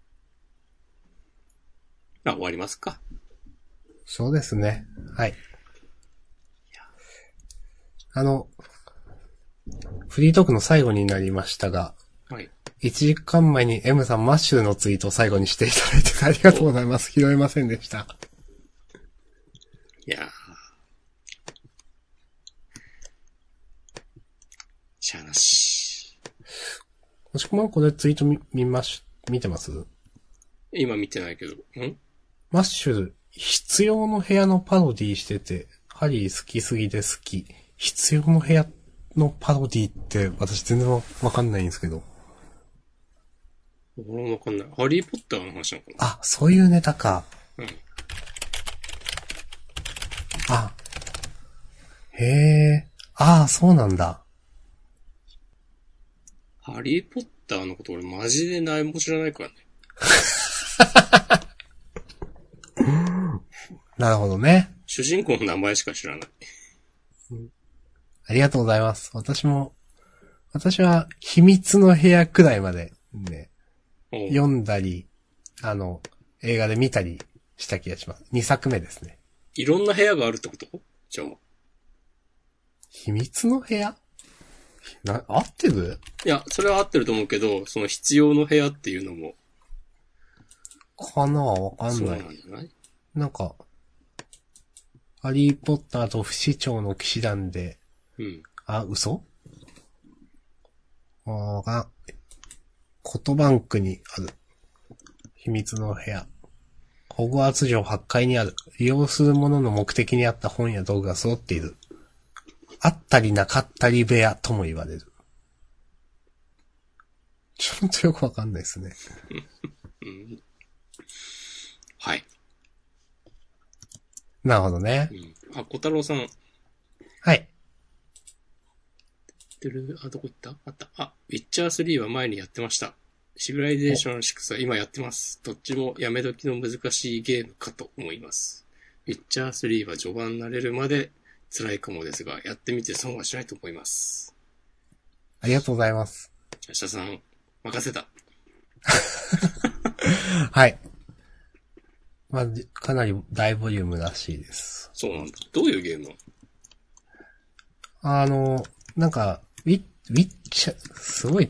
B: まあ終わりますか。
A: そうですね。はい。フリートークの最後になりましたが、
B: はい。
A: 1時間前に M さんマッシュルのツイートを最後にしていただいてありがとうございます。拾えませんでした。
B: いやー。しゃーなし。
A: もしくはこれツイート見てます？
B: 今見てないけど、
A: マッシュル、必要の部屋のパロディしてて、ハリー好きすぎで好き。必要の部屋のパロディって私全然わかんないんですけど。
B: 俺もわかんない。ハリーポッターの話なのかな。
A: あ、そういうネタか。
B: うん。
A: あ。へえ。ああ、そうなんだ。
B: ハリーポッターのこと俺マジで何も知らないからね。
A: なるほどね。
B: 主人公の名前しか知らない。
A: ありがとうございます。私は秘密の部屋くらいまでね、読んだり、映画で見たりした気がします。2作目ですね。
B: いろんな部屋があるってことじゃあ。
A: 秘密の部屋合ってる？
B: いや、それは合ってると思うけど、その必要の部屋っていうのも。
A: かな？わかんない。
B: そうなんじゃない？
A: なんか、ハリーポッターと不死鳥の騎士団で、
B: うん。
A: 嘘？コトバンクにある。秘密の部屋。ホグワーツ城8階にある。利用する者の目的に合った本や道具が揃っている。あったりなかったり部屋とも言われる。ちょっとよくわかんないですね。
B: うん、はい。
A: なるほどね。
B: あ、小太郎さん。
A: はい。
B: どこ行った？あった。ウィッチャー3は前にやってました。シビライゼーション6は今やってます。どっちもやめ時の難しいゲームかと思います。ウィッチャー3は序盤慣れるまで辛いかもですが、やってみて損はしないと思います。
A: ありがとうございます。
B: じゃあ、下さん、任せた。
A: はい。まあ、かなり大ボリュームらしいです。
B: そうなんだ。どういうゲーム
A: なの？なんか、ウィッチャー、すごい、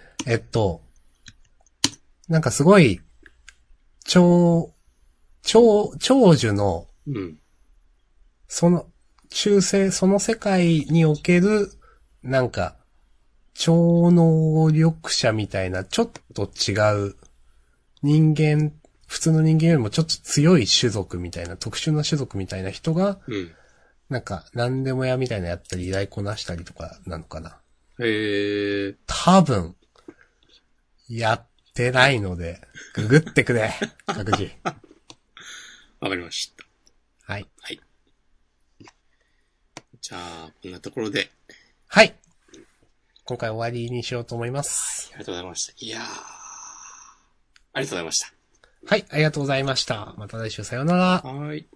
A: なんかすごい、長寿の、
B: うん。
A: その世界における、なんか、超能力者みたいな、ちょっと違う、普通の人間よりもちょっと強い種族みたいな、特殊な種族みたいな人が、
B: うん。
A: なんか、何でもやみたいなやったり、依頼こなしたりとかなのかな。多分、やってないので、ググってくれ、各自。
B: わかりました。
A: はい。
B: はい。じゃあ、こんなところで。
A: はい。今回終わりにしようと思います。
B: ありがとうございました。いやー。ありがとうございました。
A: はい、ありがとうございました。また来週さようなら。
B: はい。